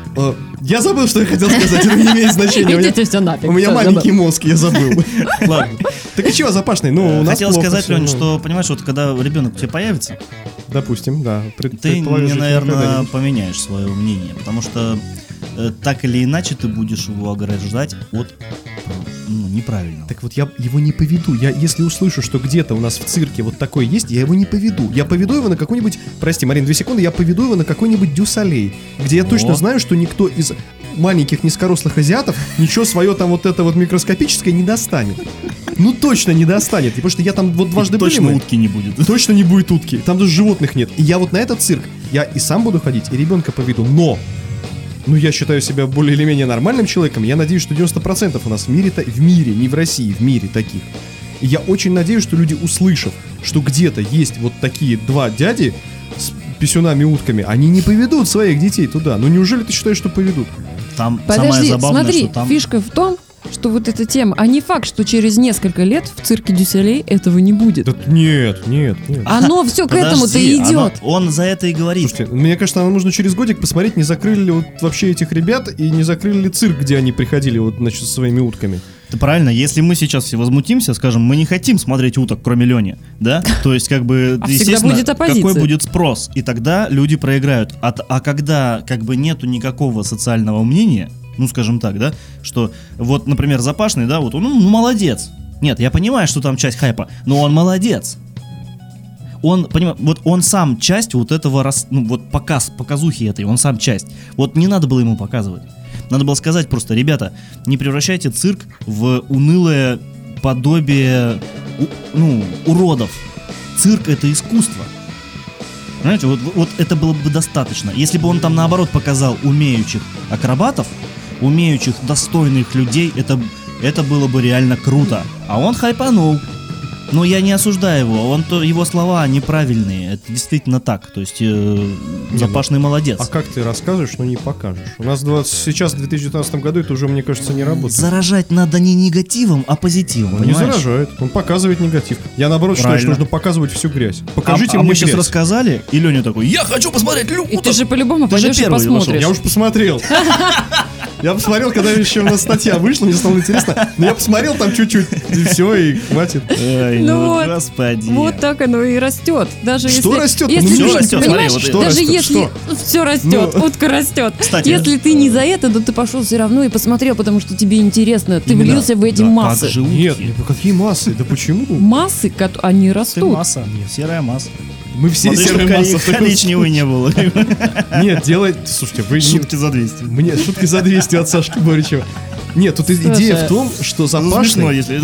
C: Я забыл, что я хотел сказать, это не имеет значения.
A: Идите все нафиг.
C: У меня
A: Всё,
C: маленький мозг, я забыл. Ладно. Так и чего, Запашный? Ну, у нас
B: Хотел
C: плохо
B: сказать,
C: всё,
B: Лень,
C: ну,
B: что, понимаешь, вот когда ребенок у тебя появится,
C: Допустим, да.
B: ты,
C: предположим, что
B: наверное,
C: когда-нибудь.
B: поменяешь свое мнение, потому что так или иначе ты будешь его ограждать от неправильного.
C: Так вот я его не поведу. Я, если услышу, что где-то у нас в цирке вот такое есть, я его не поведу. Я поведу его на какой-нибудь... Прости, Марин, 2 секунды. Я поведу его на какой-нибудь Дюсалей, где я точно знаю, что никто из маленьких низкорослых азиатов ничего свое там вот это вот микроскопическое не достанет. Ну точно не достанет. Потому что я там вот дважды были
B: Точно
C: мы.
B: утки не будет.
C: Точно не будет утки. Там даже животных нет. И я вот на этот цирк, я и сам буду ходить, и ребенка поведу. Но, ну я считаю себя более или менее нормальным человеком. Я надеюсь, что 90% у нас в мире, не в России, в мире таких. И я очень надеюсь, что люди, услышав, что где-то есть вот такие 2 дяди с писюнами-утками, они не поведут своих детей туда. Ну неужели ты считаешь, что поведут?
B: Там самое
A: Подожди,
B: забавное,
A: смотри,
B: что там...
A: фишка в том, что вот эта тема, а не факт, что через несколько лет в цирке Дюсалей этого не будет.
C: Да нет.
A: Оно все к этому-то и
B: Подожди,
A: идет.
B: Он за это и говорит.
C: Слушайте, мне кажется, нам нужно через годик посмотреть, не закрыли ли вот вообще этих ребят и не закрыли ли цирк, где они приходили вот, значит, со своими утками.
B: Это правильно, если мы сейчас все возмутимся, скажем, мы не хотим смотреть уток, кроме Лени, да? То есть, как бы,
A: А всегда
B: естественно,
A: будет оппозиция.
B: какой будет спрос, и тогда люди проиграют. А когда, как бы, нету никакого социального мнения, ну, скажем так, да, что вот, например, Запашный, да, вот он, ну, молодец. Нет, я понимаю, что там часть хайпа, но он молодец. Он, понимаешь, вот он сам часть вот этого, показухи этой, он сам часть. Вот не надо было ему показывать. Надо было сказать просто: ребята, не превращайте цирк в унылое подобие уродов. Цирк — это искусство. Понимаете, вот это было бы достаточно. Если бы он там наоборот показал умеющих акробатов, умеющих достойных людей, это было бы реально круто. А он хайпанул. Но я не осуждаю его, его слова неправильные, это действительно так, то есть Запашный молодец.
C: А как ты рассказываешь, но не покажешь? У нас сейчас, в 2019 году, это уже, мне кажется, не работает.
B: Заражать надо не негативом, а позитивом,
C: Он
B: понимаешь?
C: не заражает, он показывает негатив. Я наоборот считаю, что нужно показывать всю грязь. Покажите мне
B: мы
C: грязь.
B: сейчас рассказали, и Леня такой: я хочу посмотреть
A: И ты же по-любому
B: Ты же
A: пойдешь и
B: первый
A: посмотришь.
C: Я уж посмотрел. Я посмотрел, когда еще у нас статья вышла, мне стало интересно. Но я посмотрел там чуть-чуть, и все, и хватит.
B: Ой,
A: Ну вот,
B: господи.
A: Вот так оно и растет. Даже
C: Что
A: если,
C: растет?
A: Если
C: Ну,
A: ты-
B: всё растет,
A: понимаешь,
B: смотри,
C: вот
A: даже
C: это.
A: если
C: Что?
A: все растет,
C: Ну.
A: утка растет.
B: Кстати,
A: Если ты не за это, то ты пошел все равно и посмотрел, потому что тебе интересно. Ты
B: Именно.
A: влился в эти
B: Да,
A: массы.
B: как же утки.
C: Нет, какие массы? Да почему?
A: Массы, они
B: Ты
A: растут.
B: масса, серая масса.
C: Мы все
B: Смотри,
C: серые
B: чтобы
C: массы.
B: коричневой не было.
C: Нет, делай... Слушайте, вы...
B: Шутки за 200.
C: Мне шутки за 200 от Сашки Боричева. Нет, тут идея в том, что
B: Ну, смешно,
C: Запашный...
B: если...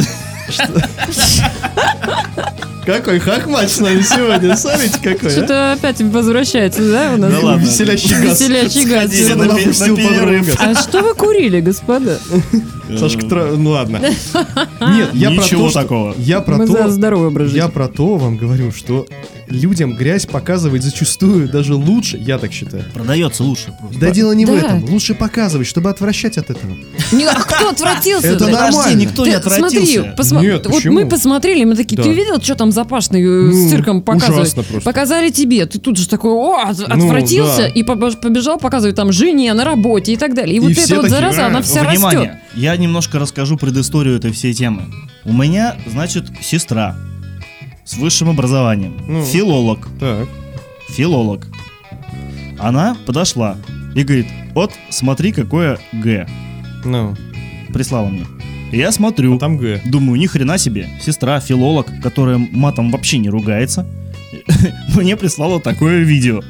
C: Какой хохмач с нами сегодня, смотрите какой, а?
A: Что-то опять возвращается, да, у нас?
B: Да ладно.
C: Веселящий газ.
A: Веселящий газ.
B: Сходили
C: Сам
B: на
C: напустил
B: перерыв.
C: подругу.
A: А что вы курили, господа?
C: Сашка, ну ладно. Нет, я про
B: Ничего
C: то, что...
B: такого.
C: Я про
A: Мы за
C: то...
A: здоровый образ жизни.
C: Я про то вам говорю, что людям грязь показывать зачастую даже лучше, я так считаю.
B: Продается лучше просто.
C: Да дело не в
A: Да.
C: этом. Лучше показывать, чтобы отвращать от этого.
A: А кто отвратился?
C: Это
A: Да?
C: нормально.
B: никто не отвратился.
A: Смотри,
C: Нет,
A: вот
C: почему?
A: мы посмотрели, мы такие,
C: Да.
A: ты видел, что там Запашный
C: Ну,
A: с цирком показывает?
C: ужасно просто.
A: Показали тебе, ты тут же такой, отвратился,
C: да.
A: и побежал показывать там жене на работе и так далее. И вот
C: все
A: эта вот
C: такие,
A: зараза, она вся растет.
B: Внимание, я немножко расскажу предысторию этой всей темы. У меня, значит, сестра с высшим образованием,
C: Ну.
B: филолог.
C: Так.
B: Она подошла и говорит: вот смотри, какое Г.
C: Ну,
B: Прислала мне. И я смотрю,
C: там Г.
B: думаю, ни хрена себе, сестра филолог, которая матом вообще не ругается, мне прислала такое видео.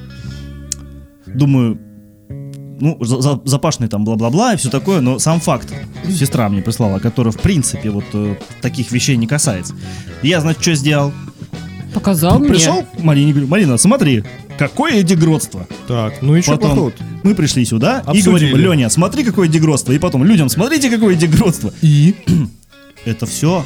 B: Думаю, ну, Запашный там бла-бла-бла и все такое, но сам факт сестра мне прислала, которая в принципе вот таких вещей не касается. Я, значит, что сделал?
A: Показал мне.
B: Пришел к Марине, говорю: Марина, смотри, какое дегродство.
C: Так, ну и что
B: Потом
C: плохого?
B: мы пришли сюда и
C: Обсудили.
B: говорим: Леня, смотри, какое дегродство. И потом людям: смотрите, какое дегродство.
C: И?
B: Это все,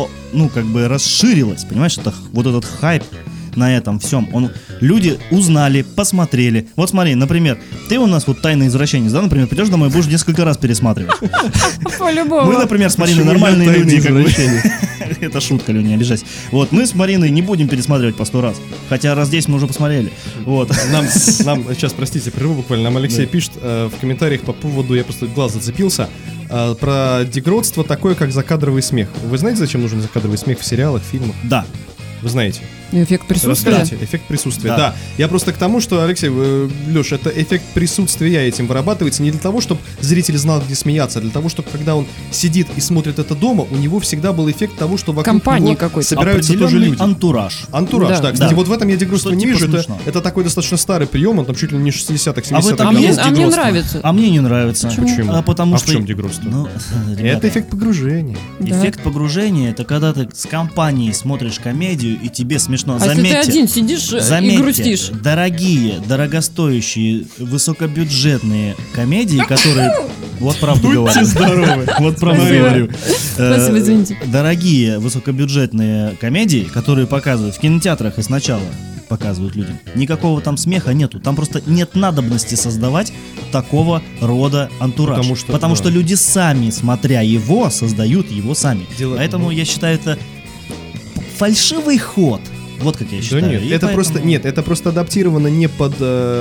B: расширилось, понимаешь, вот этот хайп на этом всем. Люди узнали, посмотрели. Вот смотри, например, ты у нас вот тайный извращенец, да, например, придешь домой, будешь несколько раз пересматривать.
A: По-любому.
B: Мы, например, с Мариной
C: Почему я
B: нормальные
C: тайный
B: люди. как бы.
C: извращенец?
B: Это шутка, Леня, не обижайся. Вот, мы с Мариной не будем пересматривать по 100 раз. Хотя раз 10 мы уже посмотрели. Вот.
C: Нам сейчас, простите, прерву буквально. Нам Алексей пишет в комментариях по поводу, я просто глаз зацепился, про дегродство такое, как закадровый смех. Вы знаете, зачем нужен закадровый смех в сериалах, фильмах?
B: Да.
C: Вы знаете.
A: Эффект присутствия.
C: Расскажите, эффект присутствия.
B: Да.
C: Да. Я просто к тому, что, Алексей, Леш, это эффект присутствия этим вырабатывается не для того, чтобы зритель знал, где смеяться, а для того, чтобы, когда он сидит и смотрит это дома, у него всегда был эффект того, что вокруг
A: Компании
C: него
A: какой-то.
C: собираются тоже
B: Определенный
C: люди.
B: антураж.
C: Антураж,
A: Да.
C: да. Кстати,
B: Да.
C: вот в этом я дегродство
B: Что
C: не
B: типа
C: вижу.
B: смешно.
C: Это такой достаточно старый прием, он там чуть ли не 60-х, 70-х
B: А в этом
A: А мне,
B: есть
A: а мне
B: дегродство.
A: нравится.
B: А мне не нравится.
C: Почему?
B: А потому
C: А
B: что...
C: в чем дегродство?
B: Ну,
C: Это
B: ребята,
C: эффект погружения.
A: Да.
B: эффект погружения — это когда ты с компанией смотришь комедию и тебе смешно.
A: А если ты один сидишь и
B: Заметьте,
A: грустишь?
B: дорогие, дорогостоящие, высокобюджетные комедии, которые... Вот правду говорю.
C: здоровы.
B: Вот правду
A: Спасибо.
B: говорю.
A: Спасибо, извините.
B: Дорогие высокобюджетные комедии, которые показывают в кинотеатрах и сначала показывают людям, никакого там смеха нету. Там просто нет надобности создавать такого рода антураж.
C: Потому что, да.
B: люди сами, смотря его, создают его сами. Поэтому я считаю, это фальшивый ход. Вот как я считаю.
C: Да нет,
B: И
C: это
B: поэтому-
C: просто нет, это просто адаптировано не под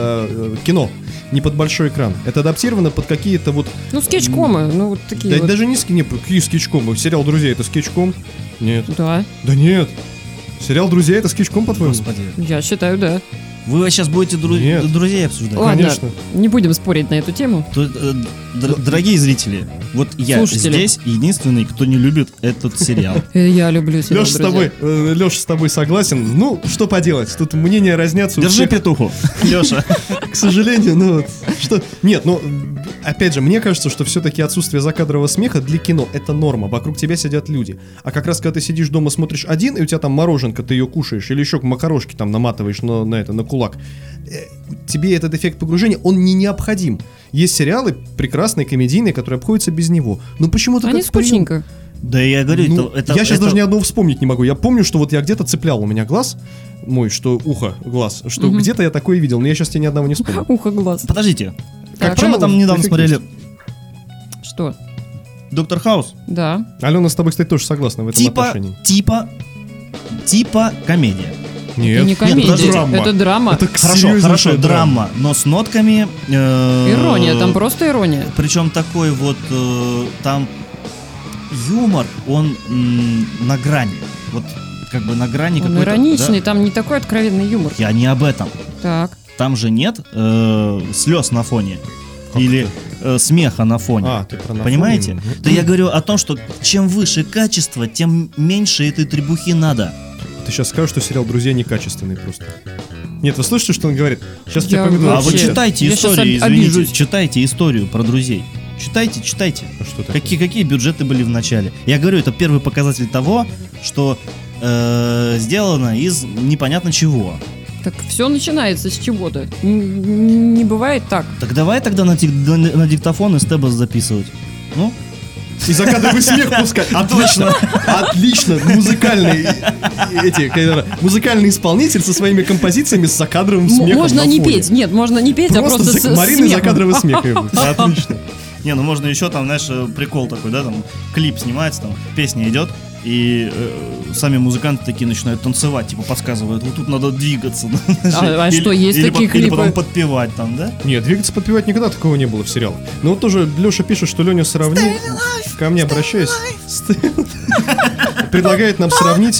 C: кино, не под большой экран. Это адаптировано под какие-то вот.
A: Ну, скетчкомы, ну, вот такие
C: Да,
A: вот.
C: даже не какие скетчком. Сериал «Друзья» — это скетчком? Нет.
A: Да,
C: Да нет. Сериал «Друзья» — это скетчком, по-твоему?
B: Господи.
A: я считаю, да.
B: Вы сейчас будете
C: Нет.
B: друзей обсуждать.
A: Ладно,
C: Конечно.
A: не будем спорить на эту тему.
B: Дорогие зрители, вот я
A: Слушатели.
B: здесь единственный, кто не любит этот сериал.
A: Я люблю сериал
C: Леша
A: «Друзья».
C: с тобой согласен. Ну, что поделать? Тут мнения разнятся. у
B: Держи
C: всех.
B: петуху, Леша.
C: К сожалению, ну вот, что... Нет, ну, опять же, мне кажется, что все-таки отсутствие закадрового смеха для кино — это норма. Вокруг тебя сидят люди. А как раз, когда ты сидишь дома, смотришь один, и у тебя там мороженка, ты ее кушаешь, или еще макарошки там наматываешь на кулак, тебе этот эффект погружения, он не необходим. Есть сериалы прекрасные, комедийные, которые обходятся без него. Но почему-то
A: Они
C: как прием.
A: скучненько.
B: Да я говорю,
C: Ну, я сейчас даже ни одного вспомнить не могу. Я помню, что вот я где-то цеплял у меня глаз, глаз, что где-то я такое видел, но я сейчас тебе ни одного не вспомню.
A: Ухо, глаз.
B: Подождите.
A: Так.
B: Что мы там недавно
C: Эффект
B: смотрели?
A: Что?
B: Доктор Хаус?
A: Да.
C: Алена с тобой, кстати, тоже согласна в этом отношении.
B: Типа комедия.
A: Это не комедия,
B: подождите.
A: это драма.
C: Это
B: Хорошо,
C: серьезнейшая
B: драма, но с нотками...
A: Ирония, там просто ирония.
B: Причем такой вот, там юмор, он на грани. Вот как бы на грани
A: Он
B: какой-то...
A: ироничный,
B: да?
A: там не такой откровенный юмор.
B: Я не об этом.
A: Так.
B: Там же нет слез на фоне.
C: Как
B: Или смеха на фоне.
C: ты про
B: Понимаете?
C: нафоне?
B: Да я говорю о том, что чем выше качество, тем меньше этой требухи надо.
C: Ты сейчас скажешь, что сериал «Друзья» некачественный просто. Нет, вы слышите, что он говорит? Сейчас
A: Я
C: тебе помидоры.
B: А вы
A: Вообще.
B: читайте
A: Я щас
B: историю,
A: обижусь.
B: извините, читайте историю про друзей. Читайте.
C: А что такое?
B: Какие бюджеты были в начале? Я говорю, это первый показатель того, что сделано из непонятно чего.
A: Так все начинается с чего-то. Не бывает так.
B: Так давай тогда на диктофон и стебас записывать. Ну,
C: И закадровый смех пускать. Отлично. Отлично. Музыкальный исполнитель со своими композициями с закадровым смехом.
A: Можно
C: на
A: не
C: фоне.
A: петь. Нет, можно не петь, а просто с
C: Марина
A: смехом.
C: закадровый смех. ее будет. Отлично.
B: не, ну можно еще там, знаешь, прикол такой, да, там клип снимается, там песня идет, и сами музыканты такие начинают танцевать, типа подсказывают, вот тут надо двигаться.
A: А что, есть такие
B: Или потом
A: клипы?
B: подпевать там, да?
C: Нет, двигаться, подпевать никогда такого не было в сериалах. Ну вот тоже Леша пишет, что Леня сравнил, ко мне обращаясь, предлагает нам сравнить.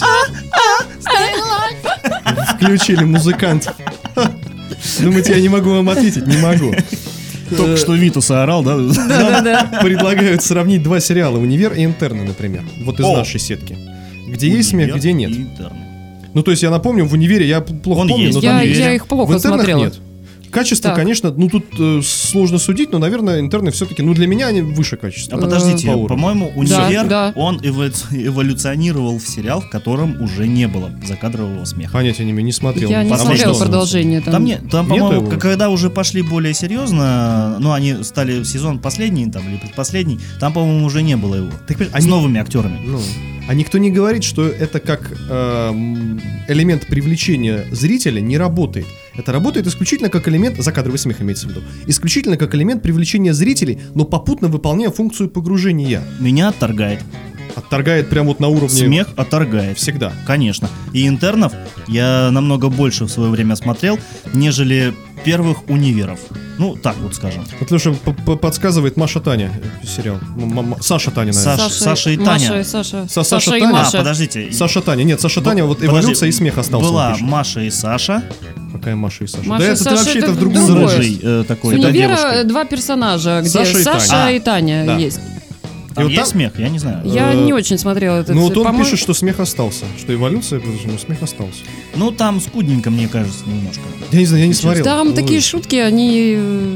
C: Включили музыкант. Думаете, я не могу вам ответить? Не могу.
B: Только что Витаса орал, да?
A: Да-да-да.
C: Предлагают сравнить два сериала «Универ» и «Интерны», например. Вот из
B: О!
C: нашей сетки. Где есть смех, где нет.
B: И интерны.
C: Ну, то есть я напомню, в «Универе» я плохо
B: Он
C: помню,
B: есть.
C: но там есть.
A: Я их
C: В
A: плохо
C: «Интернах»
A: смотрела.
C: нет. Качество,
A: Так.
C: конечно, ну тут сложно судить, но, наверное, «Интерны» все-таки, ну для меня они выше качества.
B: А подождите,
C: по уровню.
B: по-моему, «Универ»,
A: да.
B: он эволюционировал в сериал, в котором уже не было закадрового смеха.
C: Понятия не имею, не смотрел.
A: Я не
B: Потому
A: смотрела
B: что-
A: продолжение.
B: Там,
C: Нету
B: по-моему,
C: его?
B: когда уже пошли более серьезно, ну, они стали сезон последний там или предпоследний, там, по-моему, уже не было его.
C: Так, понимаешь,
B: С новыми актерами.
C: Ну, а никто не говорит, что это как элемент привлечения зрителя не работает. Это работает исключительно как элемент, закадровый смех имеется в виду, исключительно как элемент привлечения зрителей, но попутно выполняя функцию погружения.
B: Меня отторгает.
C: Отторгает прям вот на уровне
B: Смех отторгает.
C: всегда.
B: Конечно. И интернов я намного больше в свое время смотрел, нежели первых универов. Ну, так вот скажем.
C: Вот Леша подсказывает Маша Таня сериал. Саша Таня, наверное.
B: Саша и
A: Маша
B: Таня.
A: и Саша.
C: Саша
A: Саша и
C: Таня?
A: Маша.
B: Подождите.
C: Саша Таня. Нет, Саша Таня, вот
B: Подожди,
C: эволюция и смех остался.
B: Была
C: он пишет.
B: Маша и Саша.
C: Какая Маша и Саша?
A: Маша
C: да
A: и
C: это ты
A: Саша
C: вообще
A: это
C: это в другом
B: С
A: другое.
C: роде.
B: рыжей
A: С
B: такой.
C: Это
A: «Универа»
C: девушка.
A: два персонажа, где
C: Саша и
A: Саша
C: Таня.
A: и Таня
C: Да.
A: есть.
B: Там
C: И вот
B: есть
C: там-
B: смех? Я не знаю.
A: Я не очень смотрела этот.
C: Ну вот он
A: по-моему,
C: пишет, что смех остался. Что эволюция, но смех остался.
B: Ну, там скудненько, мне кажется, немножко.
C: Я не знаю, я не смотрел.
A: Там
C: Ой.
A: такие шутки, они,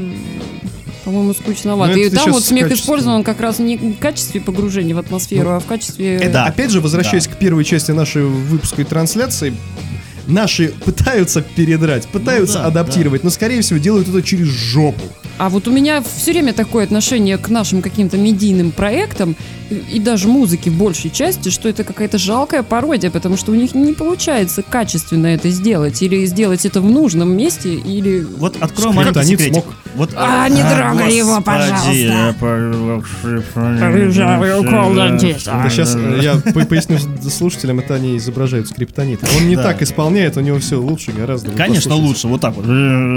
A: по-моему, скучноваты.
C: Ну,
A: И
C: это
A: там
C: сейчас
A: вот смех
C: качество.
A: использован как раз не в качестве погружения в атмосферу, а в качестве...
C: Это,
B: Да.
C: опять же, возвращаясь к первой части нашей выпуска и трансляции, наши пытаются передрать, пытаются
B: да,
C: адаптировать, но, скорее всего, делают это через жопу.
A: А вот у меня все время такое отношение к нашим каким-то медийным проектам и даже музыке в большей части, что это какая-то жалкая пародия, потому что у них не получается качественно это сделать, или сделать это в нужном месте, или...
B: Вот открою маленький
C: Скриптонит
B: секретик.
C: смог.
B: Вот,
D: не трогай его, пожалуйста.
C: Это сейчас я поясню слушателям, это они изображают скриптонит. Он не
B: Да.
C: так исполняет, у него все лучше гораздо. Вы
B: Конечно,
C: послушайте.
B: лучше, вот так вот.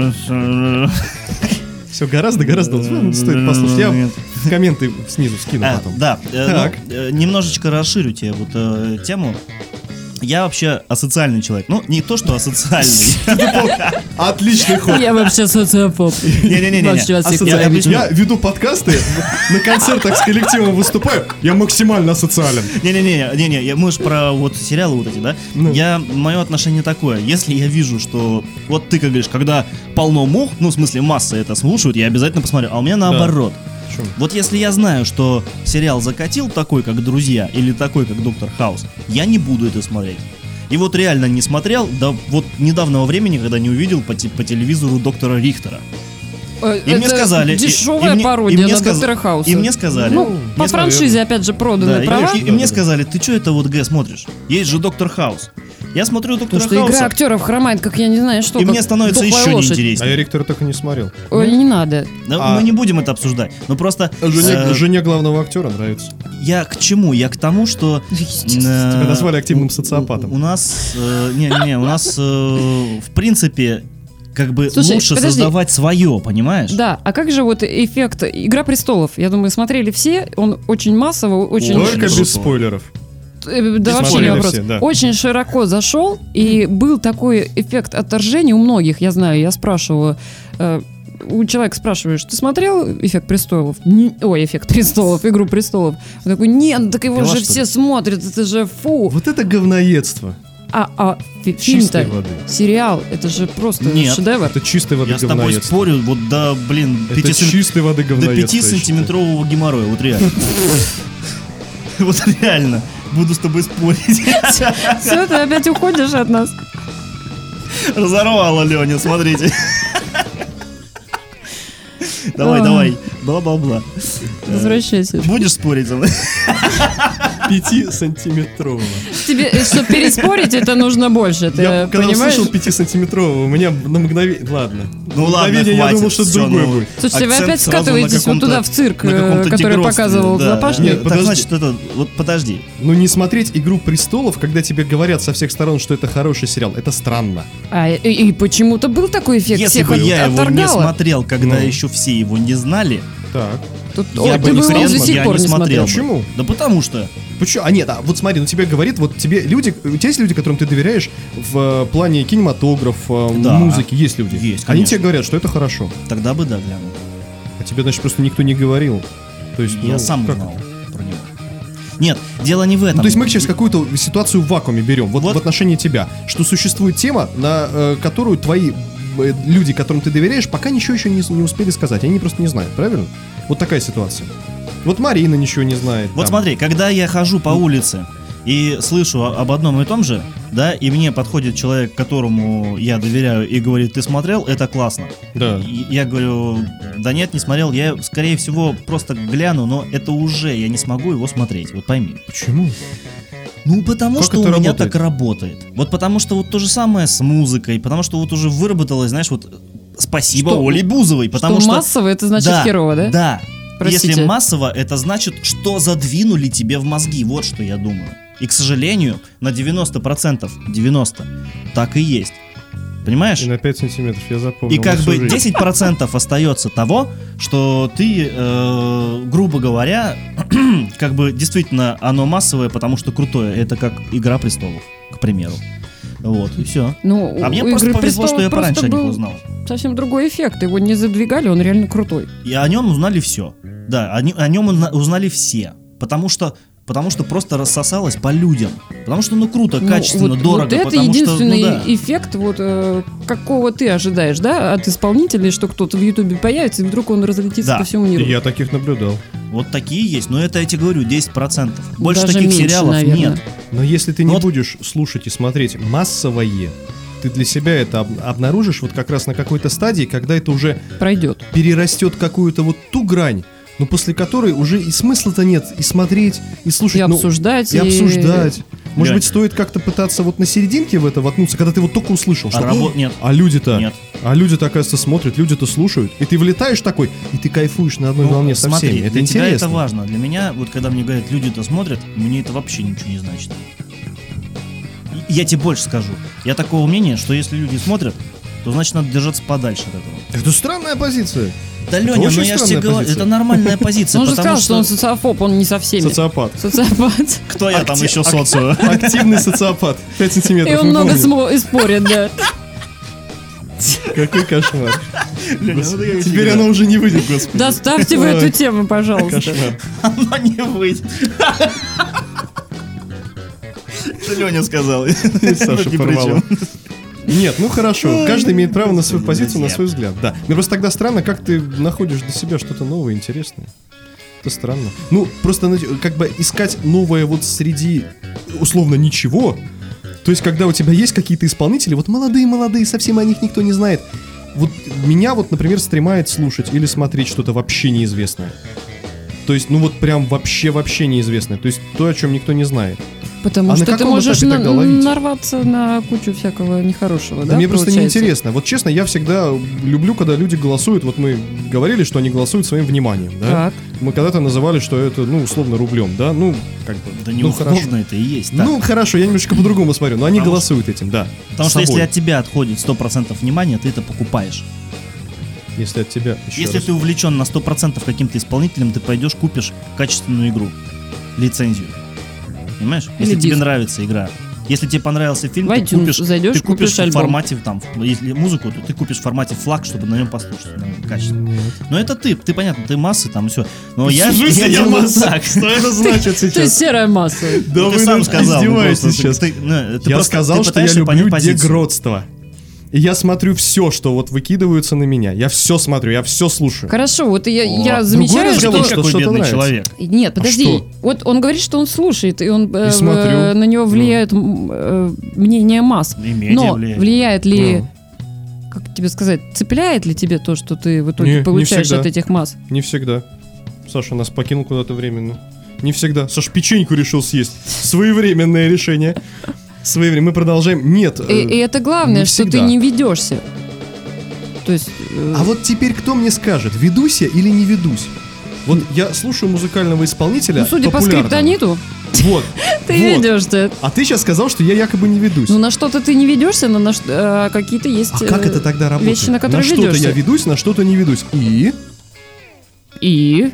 C: Все гораздо лучше. Ну, стоит послушать. Я в комменты снизу скину потом.
B: Да,
C: Так.
B: немножечко расширю тебе вот тему. Я вообще асоциальный человек. Ну, не то, что асоциальный.
C: Отличный ход.
A: Я вообще социофоб.
B: Не-не-не.
C: Я веду подкасты, на концертах с коллективом выступаю, я максимально асоциален.
B: Не-не-не, мы же про вот сериалы вот эти, да? Мое отношение такое. Если я вижу, что вот ты, как говоришь, когда полно мух, ну, в смысле, масса это слушают, я обязательно посмотрю. А у меня наоборот. Вот если я знаю, что сериал закатил такой, как «Друзья», или такой, как «Доктор Хаус», я не буду это смотреть. И вот реально не смотрел до вот недавнего времени, когда не увидел по телевизору «Доктора Рихтера». И мне сказали...
A: Дешевая пародия на «Доктора Хауса».
B: И мне сказали...
A: Ну, по франшизе, опять же, проданы права.
B: И мне сказали, ты что это вот, Г, смотришь? Есть же «Доктор Хаус». Я смотрю «Доктора Хауса».
A: Потому что игра актеров хромает, как я не знаю что.
B: И мне становится еще неинтереснее.
C: А я Рихтера так и не смотрел.
A: Ой, не надо.
B: Мы не будем это обсуждать. Но просто...
C: Жене главного актера нравится.
B: Я к чему? Я к тому, что...
C: Тебя назвали активным социопатом.
B: У нас... у нас в принципе... Как бы лучше создавать свое, понимаешь?
A: Да, а как же вот эффект «Игра престолов»? Я думаю, смотрели все, он очень массово, очень...
C: Только без спойлеров.
A: Да, вообще не вопрос. Очень широко зашел, и был такой эффект отторжения у многих, я знаю, я спрашивала... У человека спрашиваешь, ты смотрел «Эффект престолов»? «Эффект престолов», «Игру престолов». Он такой, нет, так его же все смотрят, это же фу.
C: Вот это говноедство.
A: Фильм-то, сериал, это же просто шедевр.
C: Это чистой воды
B: говноедство.
C: Я
B: с тобой спорю, вот до,
C: это чистой воды говноедство.
B: До 5-сантиметрового геморроя, вот реально. Вот реально. Буду с тобой спорить.
A: Все, ты опять уходишь от нас.
B: Разорвала Леня, смотрите. Давай, бла-бла-бла.
A: Возвращайся.
B: Будешь спорить со мной?
C: 5-сантиметрового.
A: Тебе, чтобы переспорить, это нужно больше, ты
C: я когда
A: понимаешь?
C: услышал 5-сантиметрового, у меня на мгновение... Ладно.
B: Ну ладно, хватит.
C: Я думал, что другое будет.
A: Слушайте, вы опять скатываетесь вот туда в цирк, который показывал Запашный.
B: Нет, так значит, это... Вот подожди.
C: Ну не смотреть «Игру престолов», когда тебе говорят со всех сторон, что это хороший сериал, это странно.
A: И почему-то был такой эффект,
B: если бы я его не смотрел, когда еще все его не знали,
C: так.
B: Я бы не смотрел.
C: Почему?
B: Да потому что.
C: Почему? Вот смотри, тебе говорит, вот тебе люди, у тебя есть люди, которым ты доверяешь в плане кинематографа, музыки, есть люди.
B: Есть,
C: они тебе говорят, что это хорошо.
B: Тогда бы да, глянул.
C: А тебе, значит, просто никто не говорил. То есть,
B: я сам узнал про него. Нет, дело не в этом.
C: То есть мы сейчас какую-то ситуацию в вакууме берем, вот в отношении тебя, что существует тема, на которую твои люди, которым ты доверяешь, пока ничего еще не успели сказать. Они просто не знают, правильно? Вот такая ситуация. Вот Марина ничего не знает.
B: Вот смотри, когда я хожу по улице и слышу об одном и том же, да, и мне подходит человек, которому я доверяю, и говорит, ты смотрел, это классно.
C: Да.
B: И я говорю, да нет, не смотрел, я, скорее всего, просто гляну, но это уже, я не смогу его смотреть, вот пойми.
C: Почему?
B: Ну, потому
C: как
B: что у меня так работает. Вот потому что вот то же самое с музыкой, потому что вот уже выработалось, знаешь, вот спасибо Оле Бузовой, потому что...
A: массово, это значит херово, да?
B: Да.
A: Простите.
B: Если массово, это значит, что задвинули тебе в мозги, вот что я думаю. И, к сожалению, на 90%, 90%, так и есть. Понимаешь?
C: И на 5 сантиметров, я запомнил.
B: И как бы 10% остается того, что ты, грубо говоря, как бы действительно оно массовое, потому что крутое. Это как «Игра престолов», к примеру. Вот, и все.
A: Ну,
B: а мне просто повезло, что я пораньше о них узнал.
A: Совсем другой эффект. Его не задвигали, он реально крутой.
B: И о нем узнали все. Да, о нем узнали все. Потому что просто рассосалось по людям. Потому что, круто, качественно, дорого.
A: Вот это единственный эффект, какого ты ожидаешь, да, от исполнителей, что кто-то в Ютубе появится, и вдруг он разлетится по всему миру.
C: Я таких наблюдал.
B: Вот такие есть, но это, я тебе говорю, 10%. Больше
A: даже
B: таких
A: меньше,
B: сериалов
A: наверное.
B: нет.
C: Но если ты не будешь слушать и смотреть массовое, ты для себя это обнаружишь вот как раз на какой-то стадии, когда это уже
A: пройдет,
C: перерастет какую-то вот ту грань, но после которой уже и смысла-то нет и смотреть, и слушать,
A: и обсуждать.
C: Может быть, стоит как-то пытаться вот на серединке в это воткнуться, когда ты вот только услышал, что
B: нет.
C: А люди-то,
B: нет.
C: Оказывается, смотрят, люди-то слушают, и ты влетаешь такой, и ты кайфуешь на одной волне со всеми. Это
B: для
C: интересно.
B: Тебя это важно. Для меня, вот когда мне говорят, люди-то смотрят, мне это вообще ничего не значит. Я тебе больше скажу. Я такого мнения, что если люди смотрят, то значит надо держаться подальше от этого.
C: Это странная позиция.
B: Да, Леня,
C: очень
B: ну я же тебе
C: странная
B: говорю,
C: позиция.
B: это нормальная позиция,
A: Он же
B: потому
A: сказал, что он социофоб, он не со всеми.
C: Социопат.
A: Социопат.
B: кто я там еще социо?
C: Активный социопат. 5 сантиметров.
A: И он
C: мы
A: много
C: помним.
A: спорит, да.
C: Какой кошмар.
B: Леня, ну я
C: Теперь
B: всегда-
C: она уже не выйдет, господи.
A: Доставьте вы эту тему, пожалуйста.
C: Кошмар.
B: Она не выйдет. Что Леня сказал?
C: Саша
B: Ни при
C: порвала.
B: чем.
C: Нет, ну хорошо. Каждый имеет право на свою
B: Друзья.
C: позицию, на свой взгляд. Да. Мне просто тогда странно, как ты находишь для себя что-то новое, интересное. Это странно. Ну, просто как бы искать новое вот среди условно ничего. То есть, когда у тебя есть какие-то исполнители, вот молодые, совсем о них никто не знает. Вот меня вот, например, стремает слушать или смотреть что-то вообще неизвестное. То есть, ну вот прям вообще неизвестное. То есть, то, о чем никто не знает.
A: Потому
C: А на
A: что ты
C: каком
A: можешь
C: этапе тогда ловить?
A: нарваться на кучу всякого нехорошего, да?
C: Да мне просто
A: получается?
C: неинтересно. Вот честно, я всегда люблю, когда люди голосуют. Вот мы говорили, что они голосуют своим вниманием, да?
A: Так.
C: Мы когда-то называли, что это, ну, условно, рублем, да? Ну, как бы.
B: Да не
C: ну,
B: условно
C: хорошо.
B: это и есть. так.
C: Ну, хорошо, я немножечко по-другому смотрю, но они
B: Потому
C: голосуют этим, да.
B: Потому
C: с
B: что если
C: собой.
B: от тебя отходит 100% внимания, ты это покупаешь.
C: Если от тебя... еще
B: Если
C: раз.
B: ты увлечен на 100% каким-то исполнителем, ты пойдешь, купишь качественную игру, лицензию. Понимаешь?
A: Или
B: Если тебе
A: диск.
B: нравится игра. Если тебе понравился фильм,
A: В
B: ты
A: iTunes
B: купишь,
A: зайдешь,
B: ты купишь
A: купишь
B: в
A: альбом.
B: формате, там, если музыку, то ты купишь в формате флаг, чтобы на нем послушать качественно.
C: Нет.
B: Но это ты понятно, ты массы там и все. Но я
C: Слушай, я
B: делаю
C: масса.
B: так.
C: Что это значит
A: То есть
C: сейчас?
A: серая масса.
C: Да
B: Ну, ты
C: вы
B: сам сказал. ну,
C: издеваетесь
B: просто
C: сейчас.
B: ты
C: Я
B: просто-
C: сказал,
B: ты
C: что я
B: пытаешься понять
C: люблю
B: позицию.
C: дегродство. И я смотрю все, что вот выкидываются на меня. Я все смотрю, я все слушаю.
A: Хорошо, вот я
C: Другой
A: замечаю,
C: разговор,
A: что...
C: что
B: Какой
C: что-то
B: бедный
C: нравится.
B: человек.
A: Нет, подожди.
C: что?
A: Вот он говорит, что он слушает, и он
C: И смотрю.
A: на него влияет мнение масс.
B: И медиа
A: Но
B: влияет.
A: влияет ли,
C: Ну.
A: как тебе сказать, цепляет ли тебе то, что ты в итоге
C: Не
A: получаешь
C: всегда.
A: от этих масс?
C: Не всегда. Саша нас покинул куда-то временно. Не всегда. Саша печеньку решил съесть. Своевременное решение. Мы продолжаем. Нет.
A: И это главное,
C: не
A: что ты
C: всегда.
A: не ведешься. То есть...
C: А вот теперь кто мне скажет, ведусь я или не ведусь? Вот я слушаю музыкального исполнителя.
A: ну, судя по
C: популярного.
A: скриптониту,
C: Вот.
A: ты
C: вот.
A: ведешься.
C: А ты сейчас сказал, что я якобы не ведусь.
A: Ну, на что-то ты не ведешься, но на какие-то есть
C: А как это тогда работает?
A: вещи, на которые
C: что-то
A: ведешься.
C: я ведусь, на что-то не ведусь.
A: И...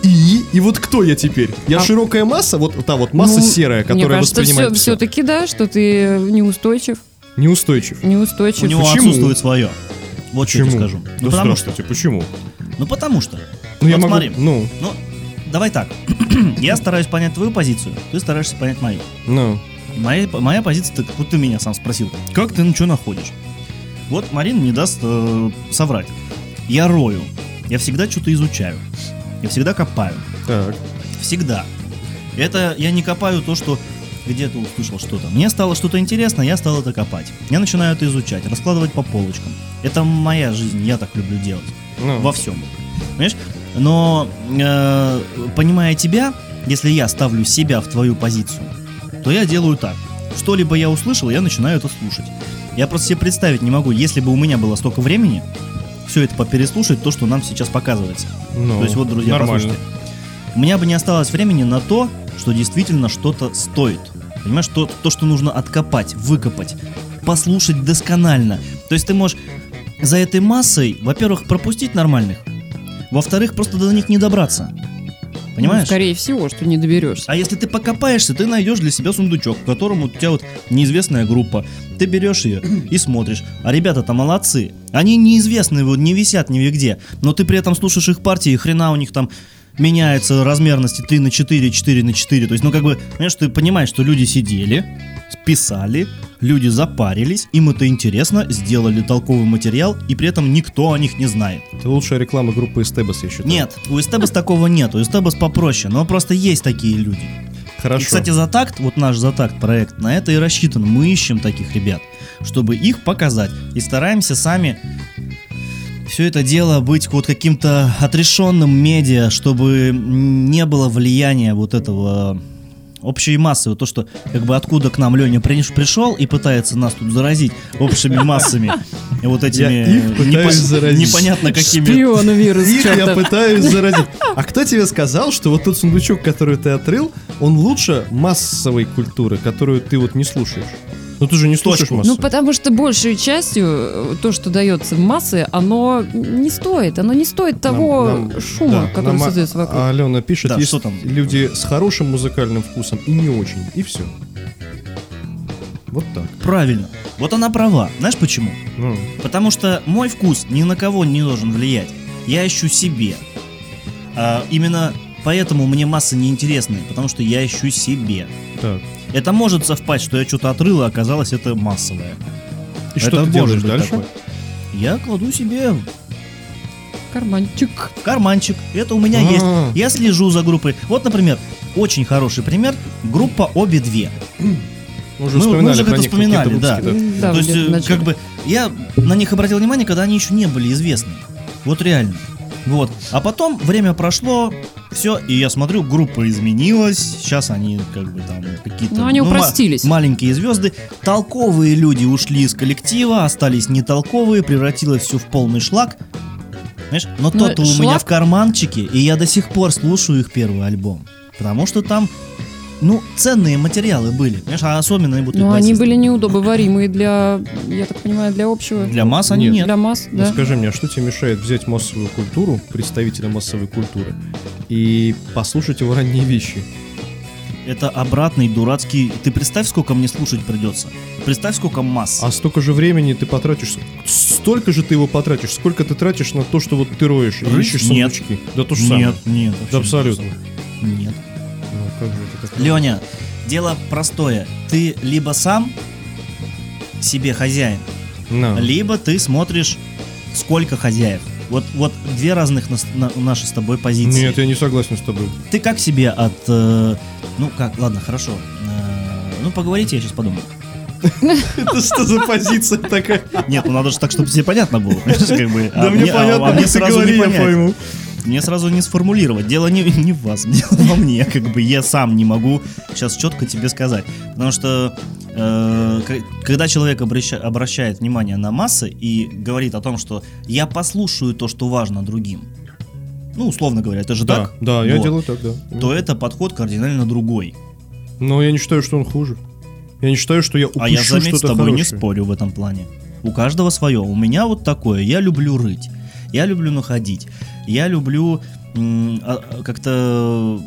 C: И вот кто я теперь? Я
A: А-
C: широкая масса, вот та вот масса
A: Ну,
C: серая,
A: мне
C: которая
A: кажется,
C: воспринимает все.
A: все-таки, да, что ты неустойчив.
C: Неустойчив.
A: Неустойчив.
B: У него
C: Почему?
B: отсутствует свое. Вот что я тебе скажу.
C: Да
B: Ну потому что.
C: здравствуйте, почему?
B: Ну потому что.
C: Ну я
B: Вот
C: могу...
B: смотри.
C: Ну,
B: Ну, давай так. Я стараюсь понять твою позицию, ты стараешься понять мою.
C: ну.
B: Моя позиция, вот ты меня сам спросил, как ты что находишь? Вот Марина не даст соврать. Я рою, я всегда что-то изучаю, я всегда копаю,
C: Так.
B: всегда. Это я не копаю то, что где-то услышал что-то. Мне стало что-то интересно, я стал это копать. Я начинаю это изучать, раскладывать по полочкам. Это моя жизнь, я так люблю делать.
C: Ну.
B: Во всем. Понимаешь? Но, понимая тебя, если я ставлю себя в твою позицию, то я делаю так. Что-либо я услышал, я начинаю это слушать. Я просто себе представить не могу, если бы у меня было столько времени, все это попереслушать, то, что нам сейчас показывается.
C: Ну,
B: То есть вот, друзья,
C: нормально.
B: послушайте. У меня бы не осталось времени на то, что действительно что-то стоит. Понимаешь, то, что нужно откопать, выкопать, послушать досконально. То есть ты можешь за этой массой, во-первых, пропустить нормальных, во-вторых, просто до них не добраться. Понимаешь?
A: Ну, скорее всего, что не доберешься.
B: А если ты покопаешься, ты найдешь для себя сундучок, в котором у тебя вот неизвестная группа. Ты берешь ее и смотришь. А ребята-то молодцы. Они неизвестные, вот не висят нигде. Но ты при этом слушаешь их партии, и хрена у них там меняется размерности 3 на 4, 4 на 4. То есть, ну как бы, понимаешь, ты понимаешь, что люди сидели, писали, люди запарились, им это интересно, сделали толковый материал, и при этом никто о них не знает.
C: Это лучшая реклама группы Эстебас, я считаю.
B: Нет, у Эстебас такого нет, у Эстебас попроще, но просто есть такие люди.
C: Хорошо.
B: И, кстати, «Затакт», вот наш «Затакт» проект, на это и рассчитан. Мы ищем таких ребят, чтобы их показать. И стараемся сами все это дело быть вот каким-то отрешенным медиа, чтобы не было влияния вот этого общей массы. Вот то, что как бы откуда к нам Леня пришел и пытается нас тут заразить общими массами. И вот этими
C: Я их пытаюсь заразить.
B: непонятно какими...
A: Шпион вирус,
C: Их я
A: чертов.
C: пытаюсь заразить. А кто тебе сказал, что вот тот сундучок, который ты отрыл, он лучше массовой культуры, которую ты вот не слушаешь? Ну ты же не слушаешь
B: Точку.
C: массу.
A: Ну, потому что большей частью то, что дается в массы, оно не стоит того шума,
C: да,
A: который создается вокруг.
C: Алена пишет,
B: Да,
C: есть
B: что там?
C: люди с хорошим музыкальным вкусом и не очень, и все. Вот так.
B: Правильно. Вот она права. Знаешь почему?
C: Ну,
B: Потому что мой вкус ни на кого не должен влиять. Я ищу себе. Именно поэтому мне масса неинтересны, потому что я ищу себе.
C: так.
B: Это может совпасть, что я что-то отрыл, а оказалось это массовое.
C: И
B: Это
C: что ты
B: может
C: делаешь
B: быть
C: дальше?
B: такое. Я кладу себе
A: Карманчик.
B: в карманчик. Это у меня есть. Я слежу за группой. Вот, например, очень хороший пример. Группа Обе две.
C: Мы уже
B: Мы
C: вспоминали
B: уже
C: про
B: как-то
C: них в какие-то
B: вспоминали, да.
C: выпуски,
A: Да,
B: То есть,
A: где-то в начале.
B: как бы, я на них обратил внимание, когда они еще не были известны. Вот реально. Вот. А потом время прошло, все, и я смотрю, группа изменилась. Сейчас они как бы там какие-то
A: Ну, они упростились.
B: маленькие звезды. Толковые люди ушли из коллектива, остались нетолковые, превратилось все в полный шлак. Знаешь? Но
A: Ну,
B: то-то у
A: шлак-
B: меня в карманчике, и я до сих пор слушаю их первый альбом. Потому что там, ценные материалы были. Понимаешь, а особенно и
A: Но они были неудобоваримые для, я так понимаю, для общего.
B: Для масс они нет.
A: Для масс,
C: Ну,
A: да.
C: скажи мне, а что тебе мешает взять массовую культуру, представителя массовой культуры, и послушать его ранние вещи?
B: Это обратный дурацкий. Ты представь, сколько мне слушать придется. Представь, сколько масс.
C: А столько же времени ты потратишь, столько же ты его потратишь, сколько ты тратишь на то, что вот ты роешь и
B: Рыть?
C: ищешь
B: Нет.
C: сундучки. Да то же самое.
B: Нет.
C: Да
B: вообще
C: абсолютно.
B: Нет.
C: Ну, как же это так?
B: Леня, дело простое. Ты либо сам себе хозяин,
C: На.
B: либо ты смотришь, сколько хозяев. Вот две разных наши с тобой позиции.
C: Нет, я не согласен с тобой.
B: Ты как себе ладно, хорошо. Поговорите, я сейчас подумаю.
C: Это что за позиция такая?
B: Нет, надо же так, чтобы тебе понятно было. Понимаешь, как бы.
C: Да мне понятно,
B: мне
C: ты
B: сразу
C: говори,
B: не
C: я
B: понять.
C: пойму.
B: Мне сразу не сформулировать. Дело не в вас, дело во мне. Как бы я сам не могу сейчас четко тебе сказать. Потому что когда человек обращает внимание на массы и говорит о том, что я послушаю то, что важно другим, условно говоря, это же
C: Да,
B: так?
C: да, я
B: Вот.
C: делаю так, да.
B: То это подход кардинально другой.
C: Но я не считаю, что он хуже. Я не считаю, что я упущу
B: А я, заметь, с
C: что-то
B: тобой не
C: хорошее.
B: спорю в этом плане. У каждого свое. У меня вот такое. Я люблю рыть. Я люблю находить. Я люблю как-то...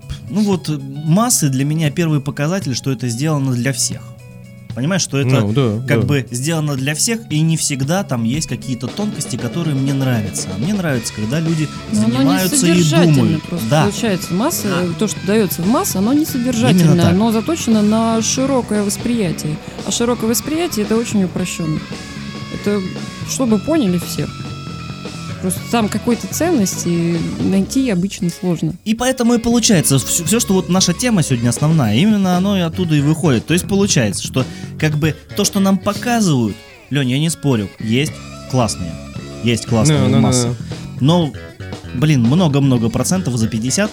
B: массы для меня первый показатель, что это сделано для всех. Понимаешь, что это
C: да.
B: бы сделано для всех, и не всегда там есть какие-то тонкости, которые мне нравятся. А мне нравится, когда люди
A: Но оно не
B: занимаются и
A: содержательно
B: думают.
A: просто.
B: Да.
A: Получается, то, что дается в массы, оно не содержательное,
B: Именно так.
A: оно заточено на широкое восприятие. А широкое восприятие — это очень упрощенно. Это чтобы поняли все. Просто там какой-то ценности найти обычно сложно.
B: И поэтому и получается, все, что вот наша тема сегодня основная, именно оно и оттуда и выходит. То есть получается, что как бы то, что нам показывают, Лёнь, я не спорю, есть классные массы. Но, много-много процентов за 50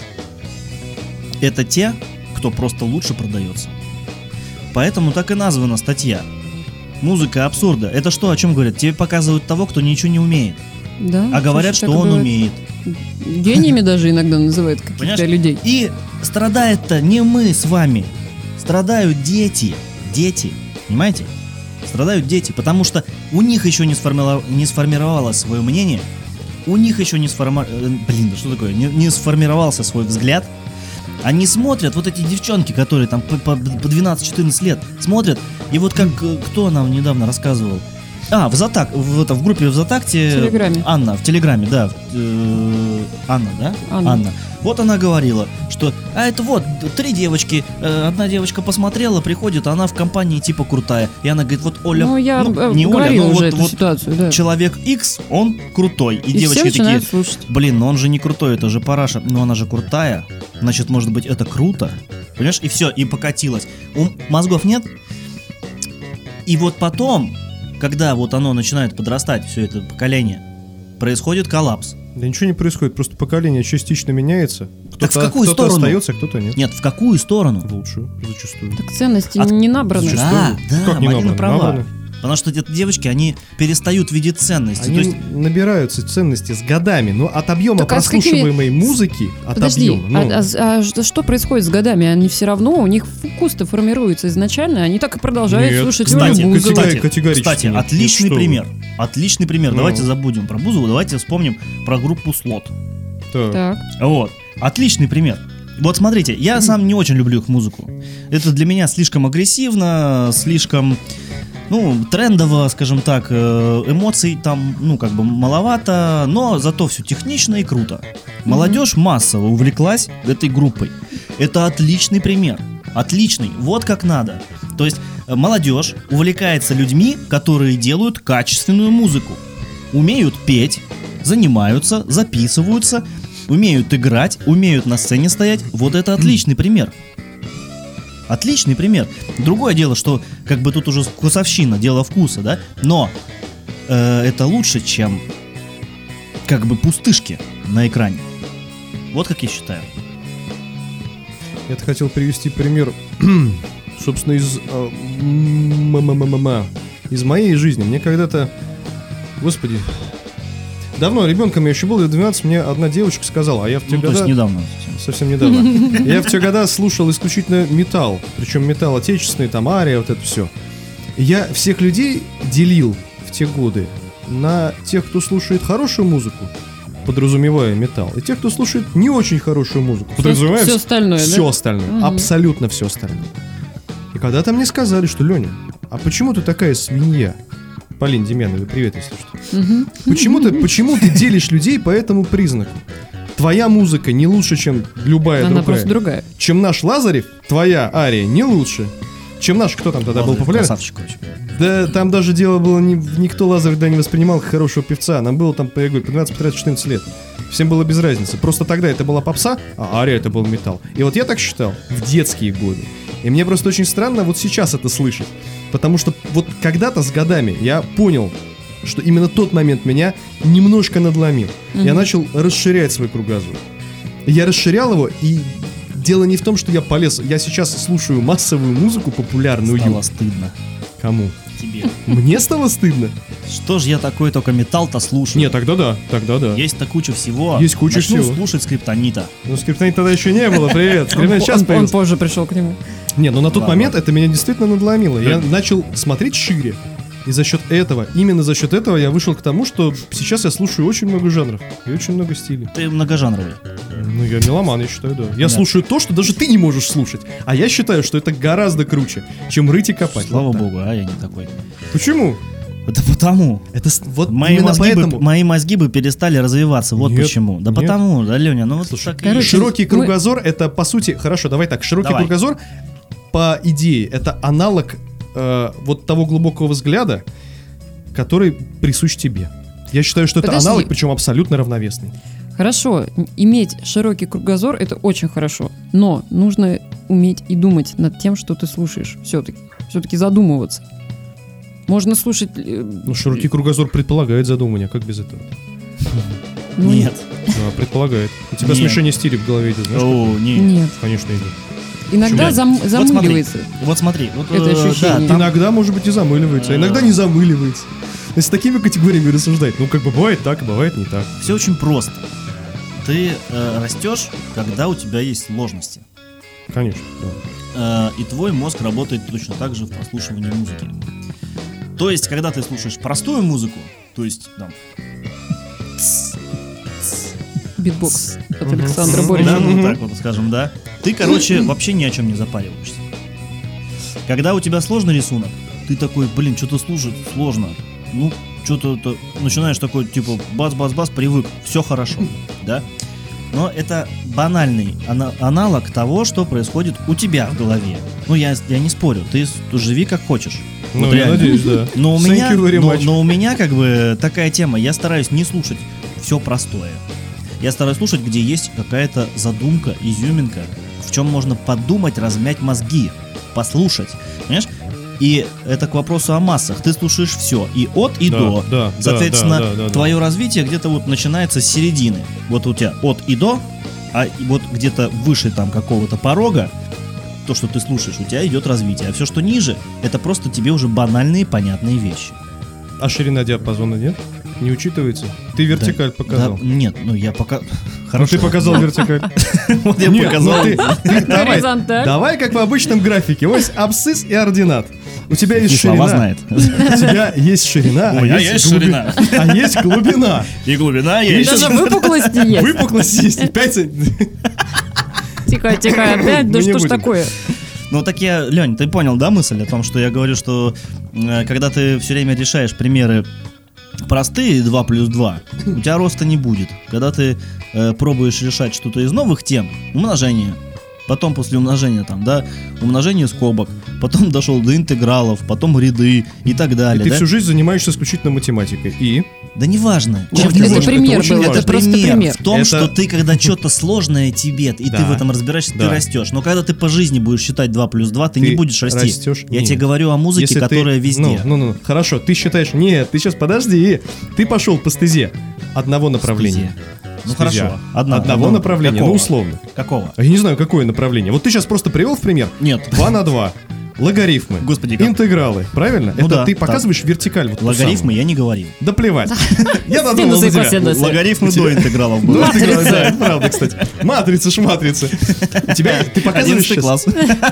B: это те, кто просто лучше продается. Поэтому так и названа статья. Музыка абсурда. Это что, о чем говорят? Тебе показывают того, кто ничего не умеет.
A: Да,
B: А говорят,
A: слушай,
B: что
A: так и
B: он
A: бывает.
B: умеет.
A: Гениями даже иногда называют каких-то
B: Понимаешь?
A: людей.
B: И страдает-то не мы с вами. Страдают дети. Дети. Понимаете? Страдают дети, потому что у них еще не сформировалось свое мнение. У них еще не сформировался свой взгляд. Они смотрят, вот эти девчонки, которые там по 12-14 лет, смотрят. И вот как кто нам недавно рассказывал. В группе в Затакте.
A: В Телеграме.
B: Анна, в Телеграме, да. Анна, да?
A: Анна.
B: Вот она говорила, что, это вот, 3 девочки, одна девочка посмотрела, приходит, она в компании типа крутая. И она говорит, вот Оля,
A: Я
B: не
A: говорила
B: Оля,
A: уже
B: но
A: эту ситуацию, да.
B: человек X, он крутой. И
A: И все
B: девочки такие,
A: начинают слушать.
B: но он же не крутой, это же параша. Но она же крутая, значит, может быть, это круто. Понимаешь? И все, и покатилось. Мозгов нет. И вот потом, когда вот оно начинает подрастать, все это поколение, происходит коллапс.
C: Да ничего не происходит, просто поколение частично меняется.
B: Так в какую
C: кто-то
B: сторону?
C: остается, кто-то нет.
B: Нет, в какую сторону?
C: В лучшую, зачастую.
A: Так ценности
B: От-
A: не набраны.
C: Зачастую.
B: Да,
C: Как не
B: Марина
C: набрано?
B: права.
C: Набрано.
B: Потому что эти девочки, они перестают видеть ценности.
C: Они
B: То есть,
C: набираются ценности с годами, но от объема
A: Так, а с
C: прослушиваемой музыки, от
A: Подожди,
C: объема.
A: что происходит с годами? Они все равно, у них вкус-то формируется изначально, они так и продолжают
C: Нет,
A: слушать
B: кстати,
A: Олю Бузову.
C: категорически
B: кстати,
C: нет.
B: отличный
C: Что вы.
B: пример. Отличный пример.
C: Ну.
B: Давайте забудем про Бузову, давайте вспомним про группу Слот.
C: Так.
A: Так.
B: Вот. Отличный пример. Вот смотрите, я сам не очень люблю их музыку. Это для меня слишком агрессивно, слишком, трендово, скажем так, эмоций там, маловато, но зато все технично и круто. Молодежь массово увлеклась этой группой. Это отличный пример. Отличный. Вот как надо. То есть молодежь увлекается людьми, которые делают качественную музыку. Умеют петь, занимаются, записываются, умеют играть, умеют на сцене стоять. Вот это отличный пример. Отличный пример. Другое дело, что тут уже вкусовщина, дело вкуса, да? Но это лучше, чем пустышки на экране. Вот как я считаю.
C: Я хотел привести пример, собственно, из моей жизни. Мне когда-то, господи, давно ребенком я еще был, лет 12, мне одна девочка сказала, а я в те
B: То
C: года...
B: есть недавно.
C: Совсем недавно. Я в те года слушал исключительно металл, причем металл отечественный, там Ария, вот это все. Я всех людей делил в те годы на тех, кто слушает хорошую музыку, подразумевая металл, и тех, кто слушает не очень хорошую музыку, подразумевая
A: Все остальное,
C: все
A: да?
C: остальное,
A: Мгм.
C: абсолютно все остальное. И когда-то мне сказали, что Леня, а почему ты такая свинья? Полин Демьяновой, привет, если что.
A: Мгм.
C: Почему ты делишь людей по этому признаку? Твоя музыка не лучше, чем любая
A: Она
C: другая.
A: просто другая.
C: Чем наш Лазарев, твоя Ария не лучше. Чем наш, кто там тогда был популярен?
B: Красавчик, короче.
C: Да там даже дело было, никто Лазарев не воспринимал как хорошего певца. Нам было там, я говорю, по 12, 13, 14 лет. Всем было без разницы. Просто тогда это была попса, а Ария это был металл. И вот я так считал в детские годы. И мне просто очень странно вот сейчас это слышать. Потому что вот когда-то с годами я понял, что именно тот момент меня немножко надломил. Я начал расширять свой кругозор. Я расширял его, и дело не в том, что я полез. Я сейчас слушаю массовую музыку популярную.
B: Стало стыдно.
C: Кому?
B: Тебе.
C: Мне стало стыдно?
B: Что ж я такой только металл-то слушаю?
C: Нет, тогда да.
B: Есть-то куча всего.
C: Есть куча
B: Начну
C: всего.
B: слушать Скриптонита.
C: Ну, Скриптонит тогда еще не было, привет. Скриптонит сейчас
A: Он
C: появился.
A: позже пришел к нему.
C: Не, ну на тот
B: Ладно.
C: момент это меня действительно надломило. Я начал смотреть шире. И за счет этого, именно за счет этого я вышел к тому, что сейчас я слушаю очень много жанров и очень много стилей.
B: Ты многожанровый.
C: Ну, я меломан, я считаю, да. Я
B: Да.
C: слушаю то, что даже ты не можешь слушать. А я считаю, что это гораздо круче, чем рыть и копать.
B: Слава
C: Вот так.
B: богу, а я не такой.
C: Почему?
B: Это потому.
C: Это вот
B: Мои
C: именно
B: мозги,
C: поэтому.
B: мои мозги бы перестали развиваться. Вот
C: Нет,
B: почему. Да
C: нет.
B: потому, да, Леня, ну вот
C: Слушай,
B: так и
A: короче,
B: есть.
C: Широкий
A: мы-
C: кругозор это по сути, хорошо, давай так, широкий
B: Давай.
C: кругозор по идее это аналог вот того глубокого взгляда, который присущ тебе. Я считаю, что это
A: Подожди.
C: аналог, причем абсолютно равновесный.
A: Хорошо, иметь широкий кругозор — это очень хорошо, но нужно уметь и думать над тем, что ты слушаешь, все-таки задумываться. Можно слушать...
C: Ну, широкий кругозор предполагает задумывание, как без этого?
A: ну,
B: Нет.
C: Да, предполагает. У тебя
B: Нет.
C: смешение стилей в голове идет, знаешь?
B: О, нет.
A: Нет.
C: Конечно, идет.
A: Иногда
B: Почему? Вот смотри.
A: замыливается.
B: Вот смотри. Вот,
A: Это ощущение.
B: да, там-
C: Иногда, может быть, и замыливается, а иногда не замыливается. То есть с такими категориями рассуждать. Ну, как бы бывает так, а бывает не так.
B: Все очень просто. Ты растешь, когда у тебя есть сложности.
C: Конечно, да.
B: И твой мозг работает точно так же в прослушивании музыки. То есть, когда ты слушаешь простую музыку, то есть там,
A: Битбокс от Александра
C: Мгм.
A: Борича.
B: да, вот так вот скажем, да, ты, короче, вообще ни о чем не запариваешься. Когда у тебя сложный рисунок, ты такой, блин, что-то слушать сложно. Ну, что-то начинаешь такой, типа, бац-бац-бац, привык, все хорошо, да? Но это банальный аналог того, что происходит у тебя в голове. Ну, я не спорю, ты живи как хочешь.
C: Ну,
B: Вот
C: я
B: реально.
C: надеюсь, да.
B: Но у
C: Thank
B: меня,
C: you very much.
B: но у меня как бы такая тема. Я стараюсь не слушать все простое. Я стараюсь слушать, где есть какая-то задумка, изюминка, в чем можно подумать, размять мозги, послушать. Понимаешь? И это к вопросу о массах. Ты слушаешь все, и от, и
C: Да,
B: до.
C: да,
B: Соответственно,
C: да.
B: твое развитие где-то вот начинается с середины. Вот у тебя от и до, а вот где-то выше там какого-то порога то, что ты слушаешь, у тебя идет развитие. А все, что ниже, это просто тебе уже банальные, понятные вещи.
C: А ширина диапазона нет? Не учитывается? Ты вертикаль показал.
B: Да, нет, я пока...
C: Ну,
B: Хорошо.
C: ты показал вертикаль.
B: Вот я
C: Нет,
B: показал.
A: Горизонталь.
C: Давай как в обычном графике. Ось абсцисс и ординат. У тебя есть
B: И слова
C: ширина.
B: знает.
C: У тебя есть ширина,
B: У меня есть ширина.
C: а есть глубина.
B: И глубина есть.
A: Даже выпуклости есть.
C: Выпуклость есть.
A: Тихо, опять, да
C: Мы не
A: что ж
C: будем.
A: такое?
B: Ну так Лень, ты понял, да, мысль о том, что я говорю, что когда ты все время решаешь примеры простые 2 плюс 2, у тебя роста не будет. Когда ты пробуешь решать что-то из новых тем, умножение, потом после умножения там, да, умножение скобок, потом дошел до интегралов, потом ряды и так
C: И
B: далее.
C: ты
B: да?
C: всю жизнь занимаешься исключительно математикой. И?
B: Да неважно.
A: Нет,
B: Чем
C: это
B: ты можешь-
A: пример
C: очень
A: был,
C: важно.
A: это просто пример.
B: В том,
C: Это-
B: что ты, когда что-то сложное тебе, и ты
C: Да.
B: в этом разбираешься, ты
C: Да.
B: растешь. Но когда ты по жизни будешь считать 2 плюс 2, ты не будешь расти.
C: растешь?
B: Я
C: Нет.
B: тебе говорю о музыке,
C: Если
B: которая
C: ты,
B: везде.
C: Ну, хорошо, ты считаешь, нет, ты сейчас подожди, ты пошел по стезе одного направления.
B: Ну
C: Стезя.
B: хорошо.
C: Одного направления,
B: Какого?
C: ну условно.
B: Какого?
C: А я не знаю, какое направление. Вот ты сейчас просто привел в пример
B: Нет.
C: 2 на 2, логарифмы,
B: Господи, как-
C: интегралы, правильно?
B: Ну
C: Это
B: да,
C: ты
B: так.
C: показываешь вертикаль. Вот ту
B: Логарифмы
C: самую.
B: я не говорил.
C: Да плевать. Я додумал
A: Синусы
C: за
A: и
C: тебя.
A: косинусы.
B: Логарифмы
C: У тебя-
B: до интегралов было.
C: Матрица. Да, это правда, кстати. Матрица, шматрица. У тебя, ты показываешь
B: 11
C: сейчас,
B: класс.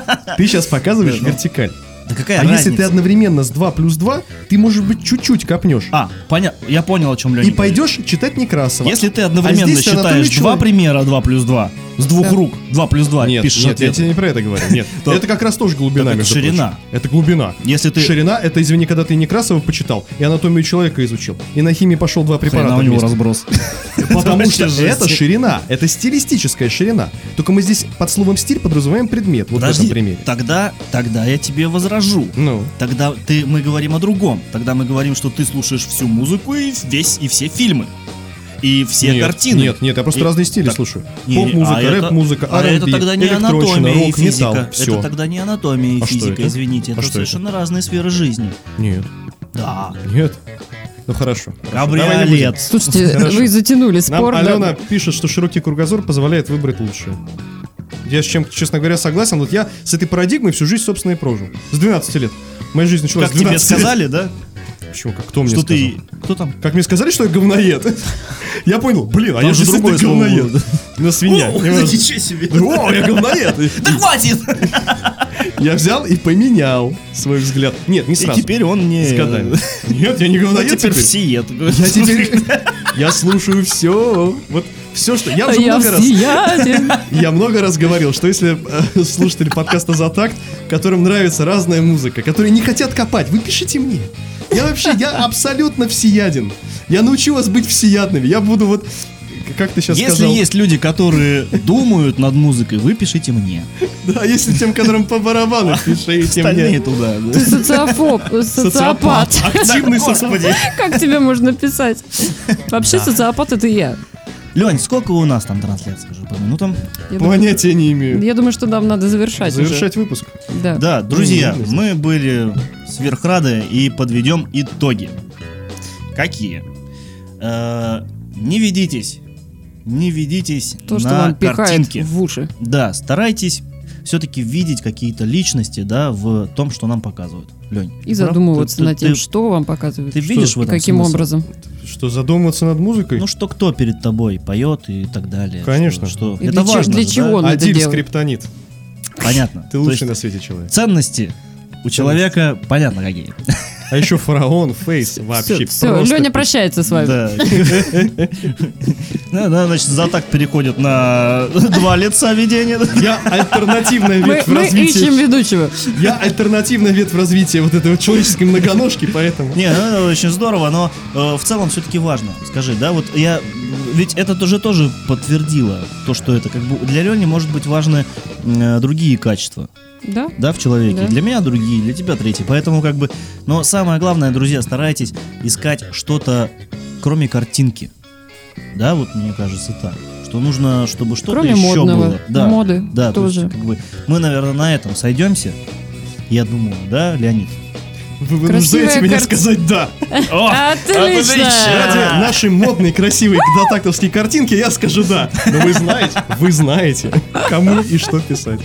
C: ты сейчас показываешь вертикаль.
B: Да какая
C: А
B: разница?
C: если ты одновременно с 2 плюс 2, ты, может быть, чуть-чуть копнешь.
B: Понятно. Я понял, о чем Леня
C: И
B: говорит.
C: пойдешь читать Некрасова.
B: Если ты одновременно
C: здесь ты
B: считаешь
C: анатомию
B: 2
C: человека.
B: примера 2 плюс 2, с двух рук 2 плюс 2,
C: Нет,
B: пишешь
C: нет, я
B: ответы.
C: тебе не про это говорю. Нет,
B: То-
C: это как раз тоже глубина,
B: Так это
C: между
B: ширина.
C: прочим. Это глубина.
B: Если ты-
C: Ширина, это, извини, когда ты Некрасова почитал и анатомию человека изучил, и на химии пошел 2 препарата
B: Хрена у него
C: вместе.
B: разброс.
C: Потому
B: Это
C: что
B: вообще жесть.
C: это ширина, это стилистическая ширина. Только мы здесь под словом стиль подразумеваем предмет, вот в
B: Подожди,
C: этом примере.
B: тогда я тебе возражу.
C: Ну,
B: Тогда мы говорим о другом. Тогда мы говорим, что ты слушаешь всю музыку и все фильмы. И все
C: нет,
B: картины.
C: Нет, я просто
B: И-
C: разные стили
B: так,
C: слушаю.
B: не,
C: Поп-музыка,
B: а это-
C: рэп-музыка,
B: А это
C: R&B,
B: тогда не
C: электронщина,
B: анатомия и
C: рок,
B: физика.
C: металл, все.
B: Это тогда не анатомия и
C: А что
B: физика,
C: это?
B: извините.
C: А
B: Это
C: что
B: совершенно разные сферы жизни.
C: Нет,
B: Да.
C: нет. Ну хорошо.
B: Кабриолет.
A: Слушайте,
C: Хорошо.
A: вы затянули
C: Нам
A: спор. да.
C: Алена пишет, что широкий кругозор позволяет выбрать лучшее. Я с чем, честно говоря, согласен. Вот я с этой парадигмой всю жизнь, собственно, и прожил. С 12 лет. Моя жизнь началась
B: Как
C: с
B: тебе
C: 12 лет.
B: сказали, да?
C: Почему? Кто мне
B: Что
C: сказал?
B: ты... Кто там?
C: Как мне сказали, что я говноед. Я понял, блин, а
B: Там
C: я
B: же
C: же
B: другое
C: действительно
B: слово
C: говноед. На свинья.
B: О,
C: Неважно.
B: ничего себе.
C: О, я говноед.
B: Да хватит!
C: Я взял и поменял свой взгляд. Нет, не
B: И
C: сразу.
B: теперь он не...
C: С годами. Нет, я не
B: Ну,
C: говноед
B: теперь
C: теперь.
B: всеед.
C: Я теперь... Я слушаю все. Вот все, что... Я уже
A: Я
C: много раз...
A: всеяден.
C: Я много раз говорил, что если слушатели подкаста «За такт», которым нравится разная музыка, которые не хотят копать, вы пишите мне. Я абсолютно всеяден. Я научу вас быть всеядными. Я буду вот... Как ты сейчас
B: Если
C: сказал?
B: есть люди, которые думают над музыкой, вы пишите мне.
C: Да, если тем, которым по барабану, пишите
B: Остальные
C: мне.
B: туда. да.
A: Ты социофоб, социопат.
C: Активный
B: Господи.
A: Как тебе можно писать? Вообще социопат это я.
B: Лень, сколько у нас там трансляций, скажи по минутам?
A: Я думаю-
C: Понятия не имею.
A: Я думаю, что нам надо завершать
C: Завершать выпуск.
A: уже. Да.
B: Да, друзья,
C: Ну,
B: мы были сверхрады и подведем итоги. Какие? Не ведитесь
A: То, что
B: на
A: вам пихает
B: картинки.
A: в уши.
B: Да, старайтесь все-таки видеть какие-то личности, да, в том, что нам показывают. Лень.
A: И задумываться над тем, что вам показывают.
B: ты видишь в
A: и
B: этом
A: каким
B: смысл?
A: образом.
C: Что, задумываться над музыкой?
B: Ну что кто перед тобой поет и так далее.
C: Конечно.
B: Что
A: И
B: это
A: для
B: важно.
A: для
B: же,
A: чего
B: да?
A: надо
C: Адиль
A: делать?
C: скриптонит.
B: Понятно.
C: Ты
B: То
C: лучший
B: есть
C: на свете человек.
B: ценности у человека понятно какие.
C: А еще фараон, фейс, вообще
A: Все,
C: просто...
A: Леня прощается с вами.
B: Да. Да, значит, за так переходит на 2 лица ведения.
C: Я альтернативная
A: Мы,
C: ветвь
A: мы ищем
C: развития.
A: ведущего.
C: Я альтернативная ветвь развития вот этой вот человеческой многоножки, поэтому...
B: Не, ну, это очень здорово, но в целом все-таки важно. Скажи, да, вот я... Ведь это тоже подтвердило то, что это как бы... Для Лени, может быть, важны другие качества,
A: Да?
B: да, в человеке.
A: Да.
B: Для меня другие, для тебя третьи. Поэтому как бы... Но самое главное, друзья, старайтесь искать что-то, кроме картинки. Да, вот мне кажется так. Что нужно, чтобы что-то
A: Кроме
B: еще
A: модного.
B: было. Да,
A: Моды
B: да, то есть,
A: тоже.
B: как бы, мы, наверное, на этом сойдемся. Я думаю, да, Леонид?
C: Вы вынуждаете
A: Красивая
C: меня
A: карт-
C: сказать «да».
A: Отлично!
C: Ради нашей модной, красивой дотактовской картинки я скажу «да». Но вы знаете, кому и что писать.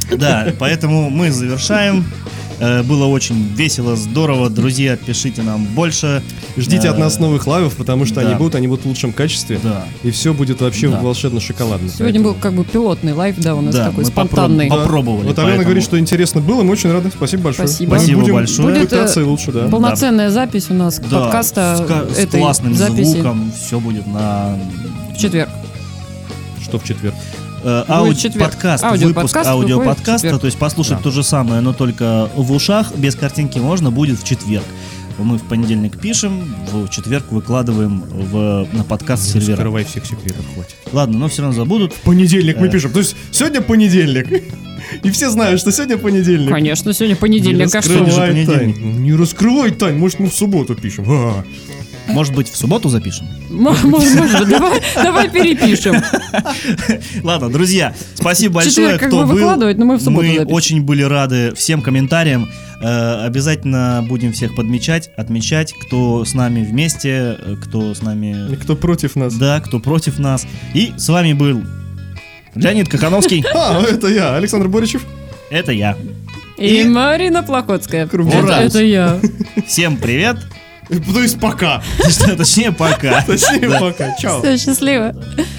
B: Да, поэтому мы завершаем. Было очень весело, здорово. Друзья, пишите нам больше.
C: Ждите от нас новых лайвов, потому что
B: да.
C: они будут в лучшем качестве.
B: Да.
C: И все будет вообще
B: Да.
C: волшебно-шоколадно.
A: Сегодня был как бы пилотный лайв, да, у нас
B: Да,
A: такой
B: мы
A: спонтанный.
B: попробовали.
C: Вот Алена
B: поэтому-
C: говорит, что интересно было, мы очень рады. Спасибо большое.
A: Спасибо.
C: Мы
B: Спасибо
C: будем
B: большое.
C: пытаться и лучше, да.
A: Полноценная запись у нас
B: Да,
A: подкаста
B: с
A: этой
B: классным
A: записи
B: звуком. Все будет на
A: в четверг.
C: Что в четверг?
A: четверг.
B: подкаст,
A: Аудиоподкаст
B: выпуск
A: выходит в
B: аудиоподкаста,
A: четверг.
B: то есть послушать
C: Да.
B: то же самое, но только в ушах, без картинки можно будет в четверг. Мы в понедельник пишем, в четверг выкладываем на подкаст
C: Не
B: сервера.
C: раскрывай всех секретов, хватит.
B: Ладно, но все равно забудут.
C: В понедельник мы пишем. То есть сегодня понедельник. И все знают, что сегодня понедельник.
A: Конечно, сегодня понедельник, а что?
B: раскрыли же
C: Раскрывай
B: понедельник.
C: тайн. Не раскрывай тайн, может мы в субботу пишем.
B: Может быть, в субботу запишем?
A: Может быть, давай перепишем.
B: Ладно, друзья, спасибо большое,
A: Четверг как
B: кто
A: бы
B: был.
A: выкладывать, но мы в субботу
B: Мы
A: запишем.
B: очень были рады всем комментариям. Обязательно будем всех подмечать, отмечать, кто с нами вместе, кто с нами...
C: И кто против нас?
B: Да, кто против нас. И с вами был Леонид Кахановский.
C: Это я, Александр Боричев.
B: Это я.
A: И Марина Плохотская.
B: Ура!
A: Это я.
B: Всем привет.
C: То есть пока.
B: Точнее, пока.
C: Точнее,
B: Да.
C: пока. Чао.
A: Все, счастливо.